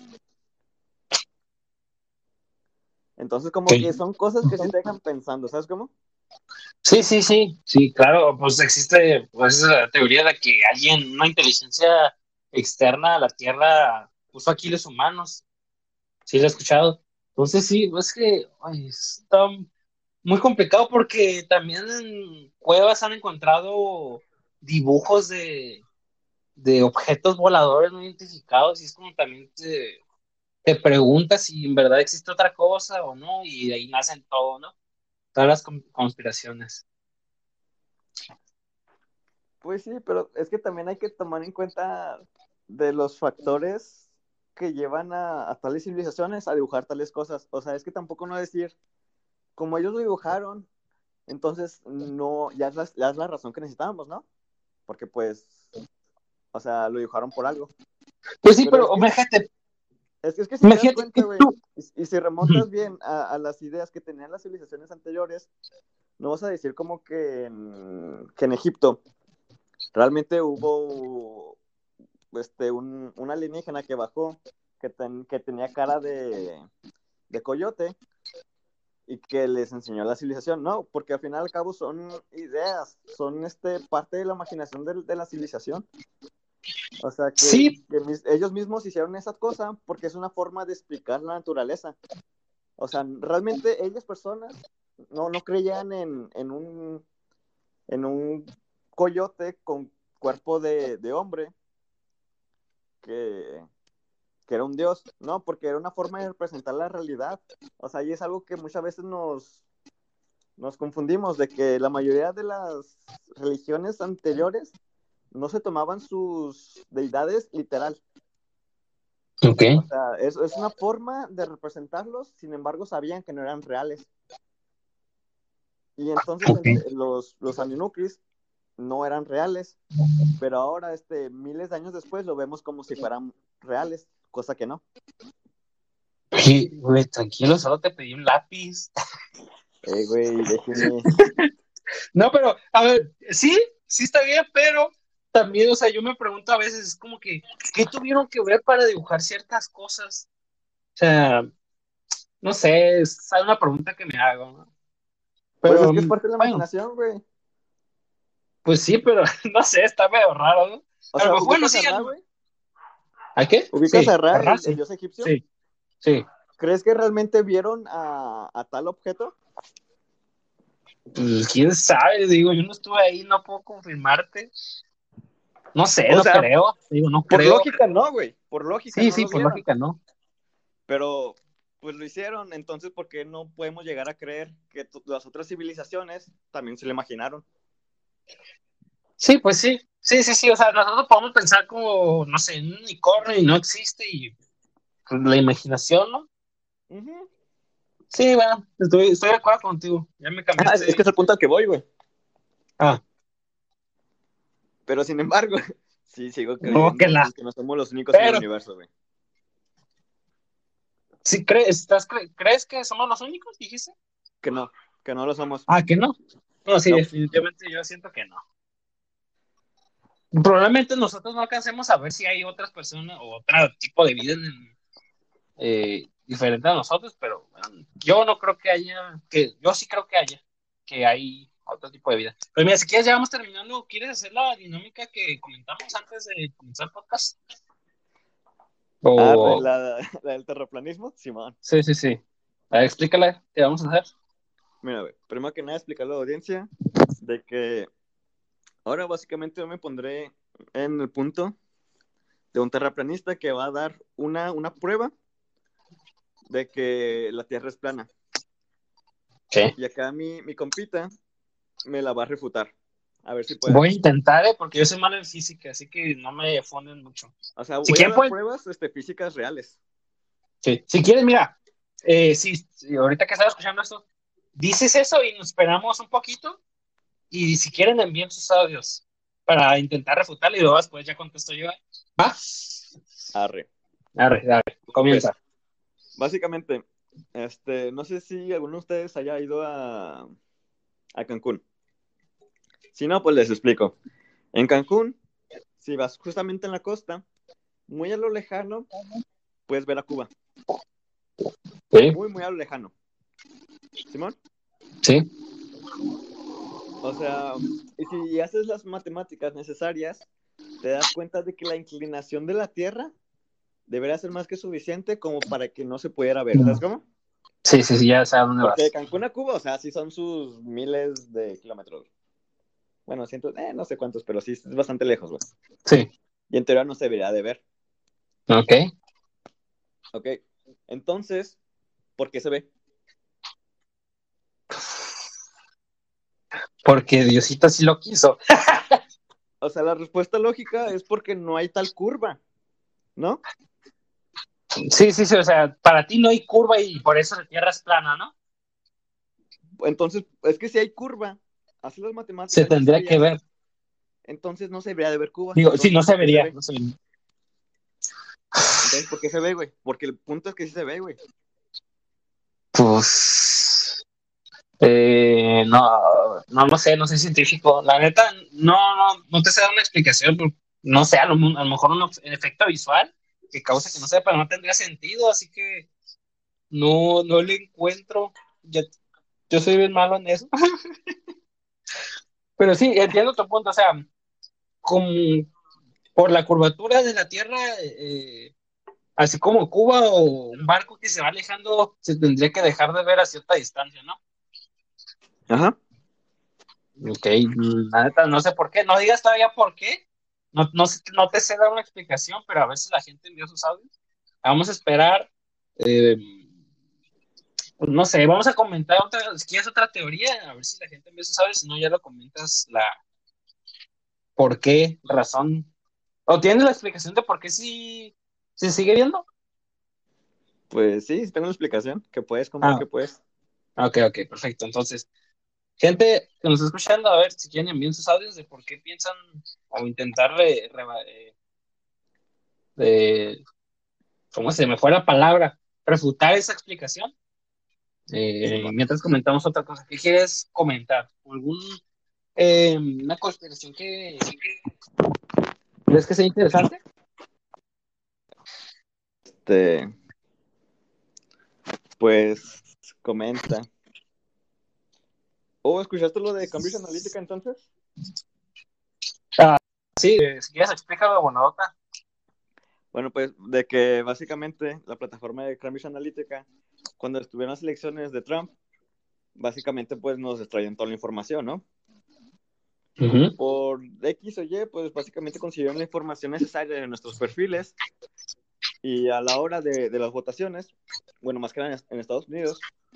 Speaker 2: Entonces, como
Speaker 1: Sí.
Speaker 2: que son cosas que sí te dejan pensando, ¿sabes cómo?
Speaker 1: Sí, sí, sí, sí, claro, pues existe pues, esa teoría de que alguien, una inteligencia externa a la Tierra, puso aquí los humanos. Sí, lo he escuchado. Entonces, sí, es que ay, está muy complicado porque también en cuevas han encontrado dibujos de, de objetos voladores no identificados y es como también te, te preguntas si en verdad existe otra cosa o no y de ahí nacen todo, ¿no? Todas las con- conspiraciones.
Speaker 2: Pues sí, pero es que también hay que tomar en cuenta de los factores que llevan a, a tales civilizaciones a dibujar tales cosas. O sea, es que tampoco no decir, como ellos lo dibujaron, entonces no, ya es la, ya es la razón que necesitábamos, ¿no? Porque pues, o sea, lo dibujaron por algo.
Speaker 1: Pues sí,
Speaker 2: Pero
Speaker 1: pero
Speaker 2: es que,
Speaker 1: imagínate,
Speaker 2: es que, es que si te das
Speaker 1: imagínate que
Speaker 2: cuenta, güey,
Speaker 1: tú...
Speaker 2: y, y si remontas bien a, a las ideas que tenían las civilizaciones anteriores, no vas a decir como que en, que en Egipto realmente hubo este, un, un alienígena que bajó, que, ten, que tenía cara de, de coyote y que les enseñó la civilización. No, porque al final y al cabo son ideas, son este, parte de la imaginación de, de la civilización. O sea, que,
Speaker 1: Sí,
Speaker 2: que mis, ellos mismos hicieron esa cosa porque es una forma de explicar la naturaleza. O sea, realmente ellas personas no, no creían en, en, un, en un coyote con cuerpo de, de hombre que, que era un dios, ¿no? Porque era una forma de representar la realidad. O sea, y es algo que muchas veces nos, nos confundimos, de que la mayoría de las religiones anteriores no se tomaban sus deidades literal.
Speaker 1: ok.
Speaker 2: O sea, es, es una forma de representarlos, sin embargo sabían que no eran reales. Y entonces
Speaker 1: Ok.
Speaker 2: entre los, los Anunnakis no eran reales, pero ahora, este, miles de años después, lo vemos como si fueran reales, cosa que no.
Speaker 1: Oye, güey, tranquilo, solo te pedí un lápiz.
Speaker 2: Eh, güey, déjeme.
Speaker 1: No, pero, a ver, sí, sí está bien, pero también, o sea, yo me pregunto a veces, es como que, ¿qué tuvieron que ver para dibujar ciertas cosas? O sea, no sé, es una pregunta que me hago, ¿no?
Speaker 2: Pues
Speaker 1: Pero,
Speaker 2: es que es parte de la
Speaker 1: bueno,
Speaker 2: imaginación, güey.
Speaker 1: pues sí, pero no sé, está medio raro, ¿no?
Speaker 2: O
Speaker 1: A lo
Speaker 2: sea,
Speaker 1: mejor, bueno,
Speaker 2: ubicas a
Speaker 1: sí, a
Speaker 2: Ra,
Speaker 1: lo-
Speaker 2: güey.
Speaker 1: ¿a qué?
Speaker 2: ¿Ubicas a
Speaker 1: Sí,
Speaker 2: Ra,
Speaker 1: ¿verdad?
Speaker 2: el, el
Speaker 1: Sí,
Speaker 2: dios egipcio?
Speaker 1: sí, sí.
Speaker 2: ¿Crees que realmente vieron a, a tal objeto?
Speaker 1: Pues quién sabe, digo, yo no estuve ahí, no puedo confirmarte. No sé,
Speaker 2: O
Speaker 1: no
Speaker 2: sea,
Speaker 1: creo, digo, no
Speaker 2: por
Speaker 1: creo.
Speaker 2: lógica no, güey. Por lógica
Speaker 1: Sí,
Speaker 2: no
Speaker 1: sí,
Speaker 2: lo
Speaker 1: por
Speaker 2: vieron.
Speaker 1: lógica no.
Speaker 2: Pero, pues lo hicieron. Entonces, ¿por qué no podemos llegar a creer que t- las otras civilizaciones también se lo imaginaron?
Speaker 1: Sí, pues sí, sí, sí, sí, o sea, nosotros podemos pensar como, no sé, un unicornio y no existe y pues, la imaginación, ¿no?
Speaker 2: Ujú.
Speaker 1: Sí, bueno, estoy, estoy de acuerdo contigo, ya me
Speaker 2: Ah, es que
Speaker 1: cambiaste.
Speaker 2: es el punto al que voy, güey.
Speaker 1: Ah,
Speaker 2: Pero sin embargo, sí, sigo
Speaker 1: no, que
Speaker 2: creyendo
Speaker 1: la,
Speaker 2: en que no somos los únicos en el
Speaker 1: pero,
Speaker 2: universo, güey.
Speaker 1: si crees, estás, cre- ¿crees que somos los únicos, dijiste?
Speaker 2: Que no, que no lo somos.
Speaker 1: Ah, que no. No, sí,
Speaker 2: No.
Speaker 1: definitivamente yo siento que no. Probablemente nosotros no alcancemos a ver si hay otras personas o otro tipo de vida en, eh, diferente a nosotros, pero bueno, yo no creo que haya, que yo sí creo que haya, que hay otro tipo de vida. Pero mira, si quieres ya vamos terminando, ¿quieres hacer la dinámica que comentamos antes de comenzar el podcast?
Speaker 2: Ah,
Speaker 1: O,
Speaker 2: la, la del terraplanismo, Simón.
Speaker 1: sí, sí, sí. A ver, explícala, ¿qué vamos a hacer?
Speaker 2: Mira, güey, primero que nada explicarle a la audiencia de que ahora básicamente yo me pondré en el punto de un terraplanista que va a dar una, una prueba de que la Tierra es plana.
Speaker 1: Sí.
Speaker 2: Y acá mi, mi compita me la va a refutar. A ver si puede.
Speaker 1: Voy a intentar, ¿eh? Porque yo soy malo en física, así que no me funden mucho.
Speaker 2: O sea,
Speaker 1: Si
Speaker 2: voy a
Speaker 1: quieren,
Speaker 2: dar
Speaker 1: pues,
Speaker 2: pruebas este, físicas reales.
Speaker 1: sí. Si quieres, mira, eh, si, si ahorita que estaba escuchando esto, dices eso y nos esperamos un poquito. Y si quieren, envíen sus audios para intentar refutarlo y luego después ya contesto yo. ¿Va?
Speaker 2: Arre.
Speaker 1: Arre, arre, comienza.
Speaker 2: Básicamente, este, no sé si alguno de ustedes haya ido a, a Cancún. Si no, pues les explico. En Cancún, si vas justamente en la costa, muy a lo lejano, puedes ver a Cuba.
Speaker 1: Sí,
Speaker 2: Muy, muy a lo lejano. ¿Simón?
Speaker 1: sí.
Speaker 2: O sea, y si haces las matemáticas necesarias, te das cuenta de que la inclinación de la Tierra debería ser más que suficiente como para que no se pudiera ver. ¿Sabes cómo?
Speaker 1: Sí, sí, sí, ya sé a dónde
Speaker 2: Porque de
Speaker 1: vas.
Speaker 2: Cancún a Cuba, o sea, sí son sus miles de kilómetros. Bueno, cientos, eh, no sé cuántos, pero sí es bastante lejos, güey.
Speaker 1: Sí,
Speaker 2: Y en teoría no se debería de ver.
Speaker 1: ok.
Speaker 2: Ok, entonces, ¿por qué se ve?
Speaker 1: Porque Diosito sí lo quiso.
Speaker 2: O sea, la respuesta lógica es porque no hay tal curva, ¿no?
Speaker 1: Sí, sí, sí, o sea, para ti no hay curva y por eso la Tierra es plana, ¿no?
Speaker 2: Entonces, es que si hay curva, haces las
Speaker 1: Se
Speaker 2: matemáticas
Speaker 1: tendría que
Speaker 2: necesarias,
Speaker 1: ver.
Speaker 2: entonces no se debería de ver Cuba.
Speaker 1: Digo, sí,
Speaker 2: Entonces,
Speaker 1: no se
Speaker 2: ¿por qué se
Speaker 1: vería,
Speaker 2: ve?
Speaker 1: no se vería.
Speaker 2: Entonces, ¿por qué se ve, güey? Porque el punto es que sí se ve, güey.
Speaker 1: Pues, eh, no, no lo sé, no soy científico. La neta, no, no, no te sé dar una explicación. Porque, no sé, a lo, a lo mejor un efecto visual que causa que no sé, pero no tendría sentido, así que no, no le encuentro. Ya, yo soy bien malo en eso. Pero sí, entiendo tu punto, o sea, como por la curvatura de la Tierra, eh, así como Cuba o un barco que se va alejando, se tendría que dejar de ver a cierta distancia, ¿no?
Speaker 2: Ajá.
Speaker 1: Ok, la neta, no sé por qué, no digas todavía por qué, no, no, no te sé dar una explicación, pero a veces la gente envió sus audios. Vamos a esperar, eh, pues no sé, vamos a comentar otra, si quieres otra teoría, a ver si la gente envió sus audios, si no ya lo comentas la por qué, razón, o tienes la explicación de por qué si se sigue viendo.
Speaker 2: Pues sí, tengo una explicación. Que puedes, como
Speaker 1: Ah,
Speaker 2: que puedes.
Speaker 1: ok, ok, perfecto. Entonces, gente que nos está escuchando, a ver si quieren enviar sus audios de por qué piensan o intentar re, re, eh, de, ¿cómo se me fue la palabra? Refutar esa explicación. Eh, mientras comentamos otra cosa, ¿qué quieres comentar? ¿Algún eh, una conspiración que crees que sea interesante?
Speaker 2: Este, pues comenta. ¿Oh, escuchaste lo de Cambridge Analytica entonces?
Speaker 1: Ah, sí, eh, si quieres explícalo, bueno, otra.
Speaker 2: Bueno, pues de que básicamente la plataforma de Cambridge Analytica, cuando estuvieron las elecciones de Trump, básicamente pues nos extraían toda la información, ¿no?
Speaker 1: Uh-huh.
Speaker 2: Por X o Y, pues básicamente consiguieron la información necesaria de nuestros perfiles y a la hora de, de las votaciones, bueno, más que nada en Estados Unidos,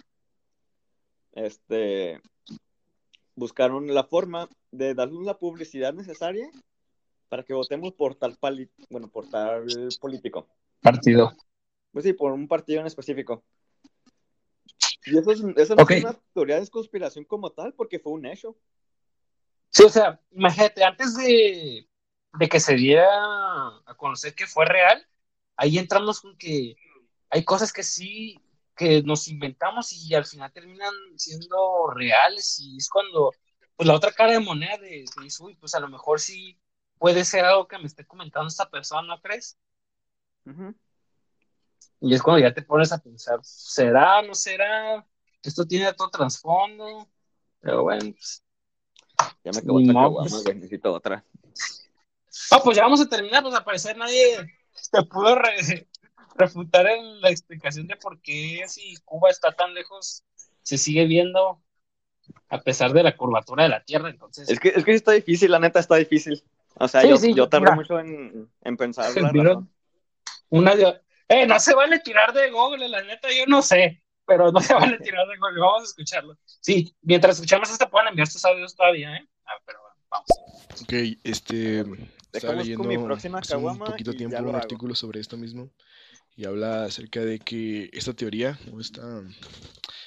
Speaker 2: este, buscaron la forma de darnos la publicidad necesaria para que votemos por tal, pali bueno, por tal político.
Speaker 1: Partido.
Speaker 2: Pues sí, por un partido en específico. Y eso, es, eso no
Speaker 1: Ok.
Speaker 2: es una teoría de conspiración como tal, porque fue un hecho.
Speaker 1: Sí, o sea, imagínate, antes de, de que se diera a conocer que fue real, ahí entramos con que hay cosas que sí, que nos inventamos y al final terminan siendo reales y es cuando, pues la otra cara de moneda de, de dices, uy, pues a lo mejor sí puede ser algo que me esté comentando esta persona, ¿no crees?
Speaker 2: Uh-huh.
Speaker 1: Y es cuando ya te pones a pensar, ¿será, no será? Esto tiene otro trasfondo, pero bueno, pues,
Speaker 2: Ya me acabó
Speaker 1: ni
Speaker 2: otra
Speaker 1: modo,
Speaker 2: caguama,
Speaker 1: pues.
Speaker 2: güey, necesito otra.
Speaker 1: Ah, pues ya vamos a terminar, pues al parecer nadie te pudo re- refutar en la explicación de por qué si Cuba está tan lejos se sigue viendo a pesar de la curvatura de la Tierra,
Speaker 2: Es
Speaker 1: entonces,
Speaker 2: que, es que sí está difícil, la neta está difícil. O sea,
Speaker 1: sí,
Speaker 2: yo,
Speaker 1: sí,
Speaker 2: yo tardé
Speaker 1: mira,
Speaker 2: mucho en, en pensar la razón.
Speaker 1: una de... Eh, no se vale tirar de Google, la neta, yo no sé, pero no se vale tirar de Google, vamos a escucharlo. Sí, mientras escuchamos esto pueden enviar sus audios todavía, ¿eh? Ah, pero bueno, vamos.
Speaker 5: Ok, este, estaba
Speaker 2: Dejamos con mi
Speaker 5: leyendo
Speaker 2: próxima
Speaker 5: hace un
Speaker 2: caguama
Speaker 5: poquito
Speaker 2: y ya
Speaker 5: tiempo
Speaker 2: lo
Speaker 5: un
Speaker 2: hago.
Speaker 5: artículo sobre esto mismo y habla acerca de que esta teoría o esta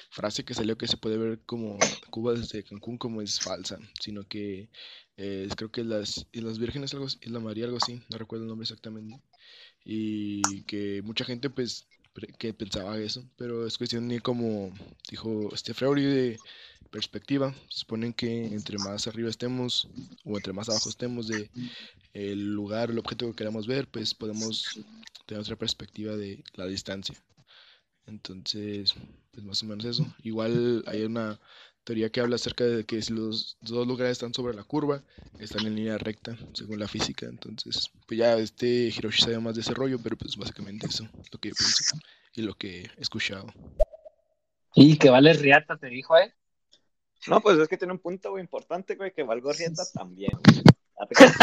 Speaker 5: frase que salió que se puede ver como Cuba desde Cancún como es falsa, sino que eh, creo que las Islas Vírgenes, algo así, Isla María, algo así, no recuerdo el nombre exactamente, y que mucha gente pues pre- que pensaba eso, pero es cuestión de como dijo este Freud de perspectiva. Suponen que entre más arriba estemos o entre más abajo estemos de el lugar, el objeto que queramos ver, pues podemos tener otra perspectiva de la distancia. Entonces, pues más o menos eso. Igual hay una teoría que habla acerca de que si los dos lugares están sobre la curva, están en línea recta, según la física. Entonces, pues ya este Hiroshi sabe más de ese rollo, pero pues básicamente eso es lo que yo pienso y lo que he escuchado.
Speaker 1: Y que vale riata, te dijo, ¿eh?
Speaker 2: No, pues es que tiene un punto, güey, importante, güey, que Valgo Rieta también, güey. ¿A te creas?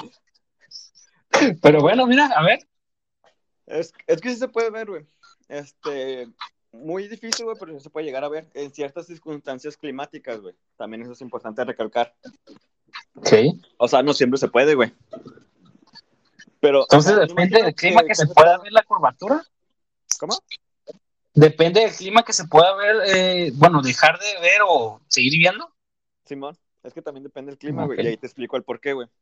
Speaker 1: Pero bueno, mira, a ver.
Speaker 2: Es, es que sí se puede ver, güey. Este, muy difícil, güey, pero sí se puede llegar a ver en ciertas circunstancias climáticas, güey. También eso es importante recalcar.
Speaker 1: Sí.
Speaker 2: O sea, no siempre se puede, güey. Pero, o
Speaker 1: Entonces
Speaker 2: sea, me
Speaker 1: depende
Speaker 2: imagino
Speaker 1: del clima
Speaker 2: que,
Speaker 1: que
Speaker 2: que
Speaker 1: se
Speaker 2: se
Speaker 1: pueda
Speaker 2: pueda...
Speaker 1: ver la curvatura.
Speaker 2: ¿Cómo?
Speaker 1: Depende del clima que se pueda ver, eh, bueno, dejar de ver o seguir viendo.
Speaker 2: Simón, es que también depende del clima, güey,
Speaker 1: Ok.
Speaker 2: y ahí te explico el por qué, güey.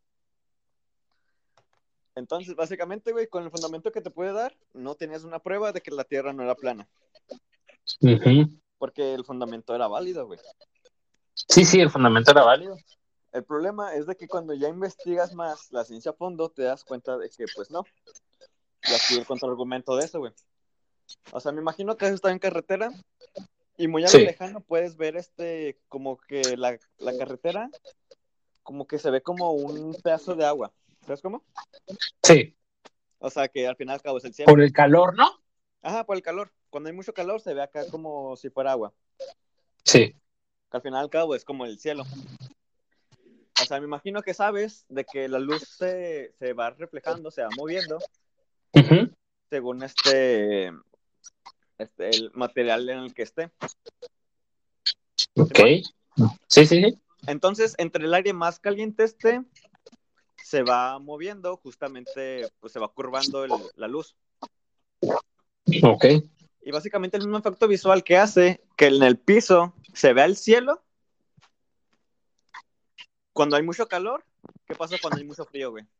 Speaker 2: Entonces, básicamente, güey, con el fundamento que te puede dar, no tenías una prueba de que la Tierra no era plana,
Speaker 1: Ujú.
Speaker 2: porque el fundamento era válido, güey.
Speaker 1: Sí, sí, el fundamento era válido.
Speaker 2: El problema es de que cuando ya investigas más la ciencia a fondo, te das cuenta de que, pues no. Y aquí el contraargumento de eso, güey. O sea, me imagino que has estado en carretera y muy a lo
Speaker 1: Sí.
Speaker 2: lejano puedes ver este, como que la, la carretera, como que se ve como un pedazo de agua. ¿Sabes cómo?
Speaker 1: Sí.
Speaker 2: O sea, que al final al cabo es el cielo.
Speaker 1: Por el calor, ¿no?
Speaker 2: Ajá, por el calor. Cuando hay mucho calor se ve acá como si fuera agua.
Speaker 1: Sí.
Speaker 2: Que al final al cabo es como el cielo. O sea, me imagino que sabes de que la luz se, se va reflejando, se va moviendo,
Speaker 1: Ujú.
Speaker 2: según este, este, el material en el que esté.
Speaker 1: Ok.
Speaker 2: ¿Simón?
Speaker 1: Sí, sí, sí.
Speaker 2: Entonces, entre el aire más caliente esté, se va moviendo, justamente, pues se va curvando el, la luz.
Speaker 1: Ok.
Speaker 2: Y básicamente el mismo efecto visual que hace que en el piso se vea el cielo cuando hay mucho calor. ¿Qué pasa cuando hay mucho frío, güey?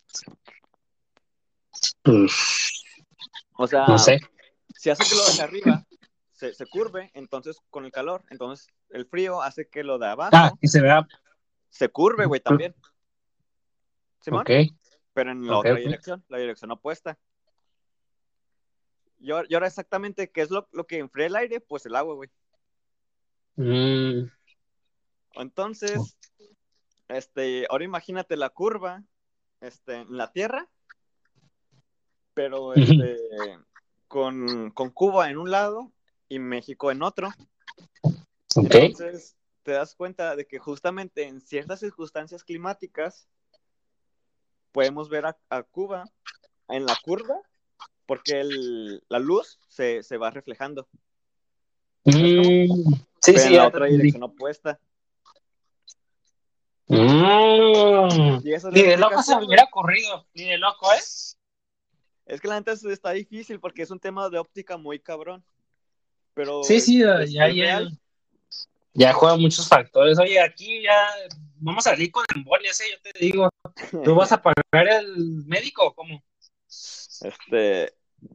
Speaker 1: Pues,
Speaker 2: O
Speaker 1: no
Speaker 2: sea,
Speaker 1: sé.
Speaker 2: si hace que lo de acá arriba se, se curve, entonces con el calor, entonces el frío hace que lo de
Speaker 1: Ah,
Speaker 2: abajo
Speaker 1: que se vea.
Speaker 2: se curve, güey, también. ¿Simón?
Speaker 1: Ok.
Speaker 2: Pero en la
Speaker 1: Ok,
Speaker 2: otra
Speaker 1: ok.
Speaker 2: dirección, la dirección opuesta. Y ahora, y ahora exactamente, ¿qué es lo, lo que enfría el aire? Pues el agua, güey.
Speaker 1: Mm,
Speaker 2: Entonces, este, ahora imagínate la curva, este, en la Tierra, pero este, con, con Cuba en un lado y México en otro.
Speaker 1: ok.
Speaker 2: Entonces, te das cuenta de que justamente en ciertas circunstancias climáticas podemos ver a, a Cuba en la curva porque el, la luz se, se va reflejando. ¿Sabes cómo?
Speaker 1: Mm, sí,
Speaker 2: Pero
Speaker 1: sí,
Speaker 2: en la
Speaker 1: ya te
Speaker 2: otra
Speaker 1: entendí.
Speaker 2: dirección opuesta.
Speaker 1: Mm,
Speaker 2: Y esa es la
Speaker 1: Ni de loco se
Speaker 2: explicación,
Speaker 1: me
Speaker 2: güey.
Speaker 1: hubiera ocurrido. Ni de loco, ¿eh?
Speaker 2: Es que la neta está difícil porque es un tema de óptica muy cabrón. Pero
Speaker 1: Sí,
Speaker 2: es,
Speaker 1: sí, ya,
Speaker 2: es,
Speaker 1: ya,
Speaker 2: es real.
Speaker 1: ya juega muchos factores. Oye, aquí ya vamos a salir con embolias, ¿eh? Yo te digo. ¿Tú vas a pagar el médico o cómo?
Speaker 2: Este.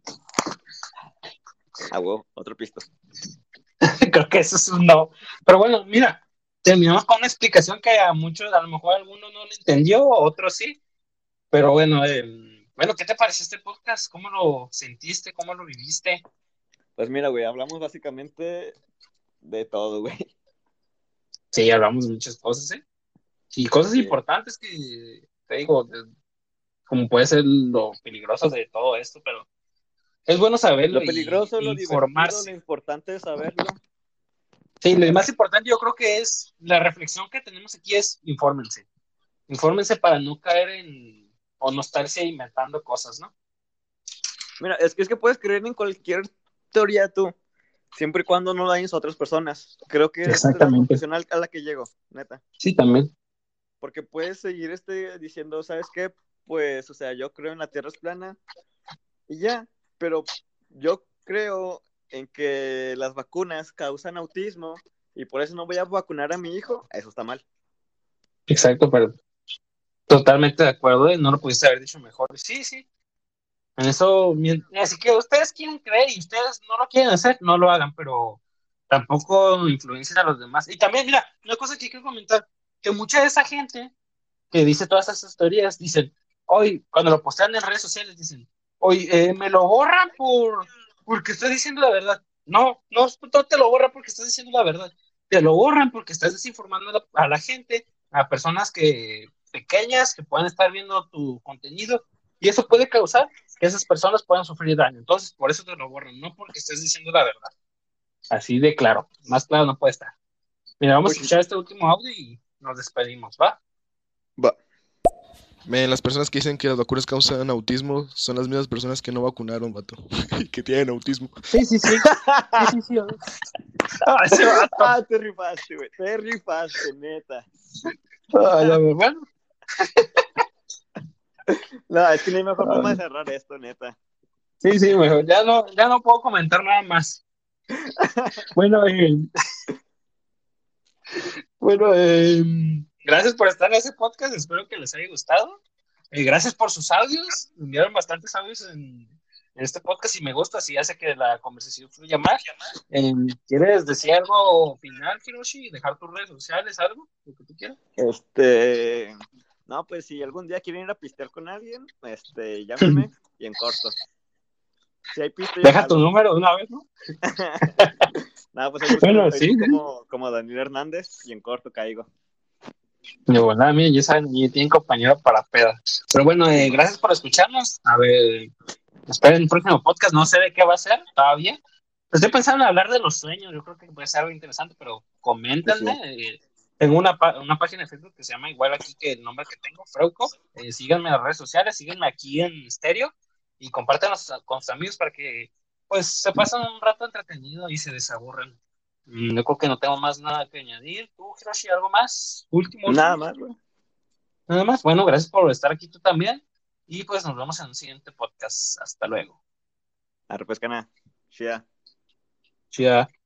Speaker 2: Ah, huevo, otro pisto.
Speaker 1: Creo que eso es un no. Pero bueno, mira, terminamos con una explicación que a muchos, a lo mejor alguno no lo entendió, otros sí. Pero bueno, eh, bueno, ¿qué te pareció este podcast? ¿Cómo lo sentiste? ¿Cómo lo viviste?
Speaker 2: Pues mira, güey, hablamos básicamente de todo, güey.
Speaker 1: Sí, hablamos de muchas cosas, ¿eh? Y cosas
Speaker 2: Sí.
Speaker 1: importantes que, te digo, de- como puede ser lo peligroso de todo esto, pero es bueno saberlo
Speaker 2: Lo
Speaker 1: y,
Speaker 2: peligroso,
Speaker 1: e
Speaker 2: lo divertido, lo
Speaker 1: informarse.
Speaker 2: importante es saberlo.
Speaker 1: Sí, lo más importante yo creo que es, la reflexión que tenemos aquí es infórmense. Infórmense para no caer en, o no estarse inventando cosas, ¿no?
Speaker 2: Mira, es que, es que puedes creer en cualquier teoría tú, siempre y cuando no dañes a otras personas. Creo que esta es la
Speaker 1: Exactamente.
Speaker 2: conclusión al- a la que llego, neta.
Speaker 1: Sí, también.
Speaker 2: Porque puedes seguir este diciendo, ¿sabes qué? Pues, o sea, yo creo en la Tierra es plana y ya, pero yo creo en que las vacunas causan autismo y por eso no voy a vacunar a mi hijo, eso está mal.
Speaker 1: Exacto, pero totalmente de acuerdo, ¿eh? No lo pudiste haber dicho mejor. Sí, sí. En eso, así que ustedes quieren creer y ustedes no lo quieren hacer, no lo hagan, pero tampoco influencien a los demás. Y también, mira, una cosa que quiero comentar, que mucha de esa gente que dice todas esas teorías, dicen, hoy, cuando lo postean en redes sociales, dicen, hoy eh, me lo borran por porque estoy diciendo la verdad. No, no, no te lo borran porque estás diciendo la verdad. Te lo borran porque estás desinformando a la, a la gente, a personas que pequeñas que puedan estar viendo tu contenido y eso puede causar que esas personas puedan sufrir daño. Entonces, por eso te lo borran, no porque estés diciendo la verdad. Así de claro, más claro no puede estar. Mira, vamos a escuchar este último audio y nos despedimos, ¿va?
Speaker 2: Va.
Speaker 5: Men, las personas que dicen que las vacunas causan autismo son las mismas personas que no vacunaron, vato. Que tienen autismo.
Speaker 1: Sí, sí, sí. Sí, sí, sí. Ah, ese vato.
Speaker 2: Ah, te rifaste, güey. Te rifaste, neta.
Speaker 1: Ah, ya, bueno.
Speaker 2: No, es que no hay mejor forma de cerrar esto, neta.
Speaker 1: Sí, sí, mejor. Ya no, ya no puedo comentar nada más. Bueno, eh, bueno, eh, gracias por estar en ese podcast. Espero que les haya gustado. Eh, gracias por sus audios. Me enviaron bastantes audios en, en este podcast y me gusta. Así hace que la conversación fluya más. Eh, ¿Quieres decir algo final, Hiroshi? ¿Dejar tus redes sociales, algo? Lo que tú quieras.
Speaker 2: Este. No, pues si algún día quieren ir a pistear con alguien, este, llámenme y en corto. Si hay pista, yo
Speaker 1: Deja
Speaker 2: jalo.
Speaker 1: tu número de una vez, ¿no?
Speaker 2: No, pues ahí
Speaker 1: Bueno,
Speaker 2: bueno,
Speaker 1: sí,
Speaker 2: como, como Daniel Hernández y en corto caigo.
Speaker 1: de volada, miren, ya saben, ya tienen compañero para peda. Pero bueno, eh, gracias por escucharnos. A ver, esperen el próximo podcast. No sé de qué va a ser todavía. Estoy pensando en hablar de los sueños. Yo creo que puede ser algo interesante, pero coméntenme.
Speaker 2: Sí, sí.
Speaker 1: Eh, tengo una, una página de Facebook que se llama igual aquí que el nombre que tengo, Freuco. Eh, síganme en las redes sociales, síganme aquí en Stereo y compártanlos con sus amigos para que pues se pasen un rato entretenido y se desaburren. Mm, Yo creo que no tengo más nada que añadir. ¿Tú, Hiroshi, algo más? Último, último.
Speaker 2: Nada más, güey.
Speaker 1: Nada más. Bueno, gracias por estar aquí tú también. Y pues nos vemos en un siguiente podcast. Hasta luego.
Speaker 2: Arre, pues, cana. Chida.
Speaker 1: Chida.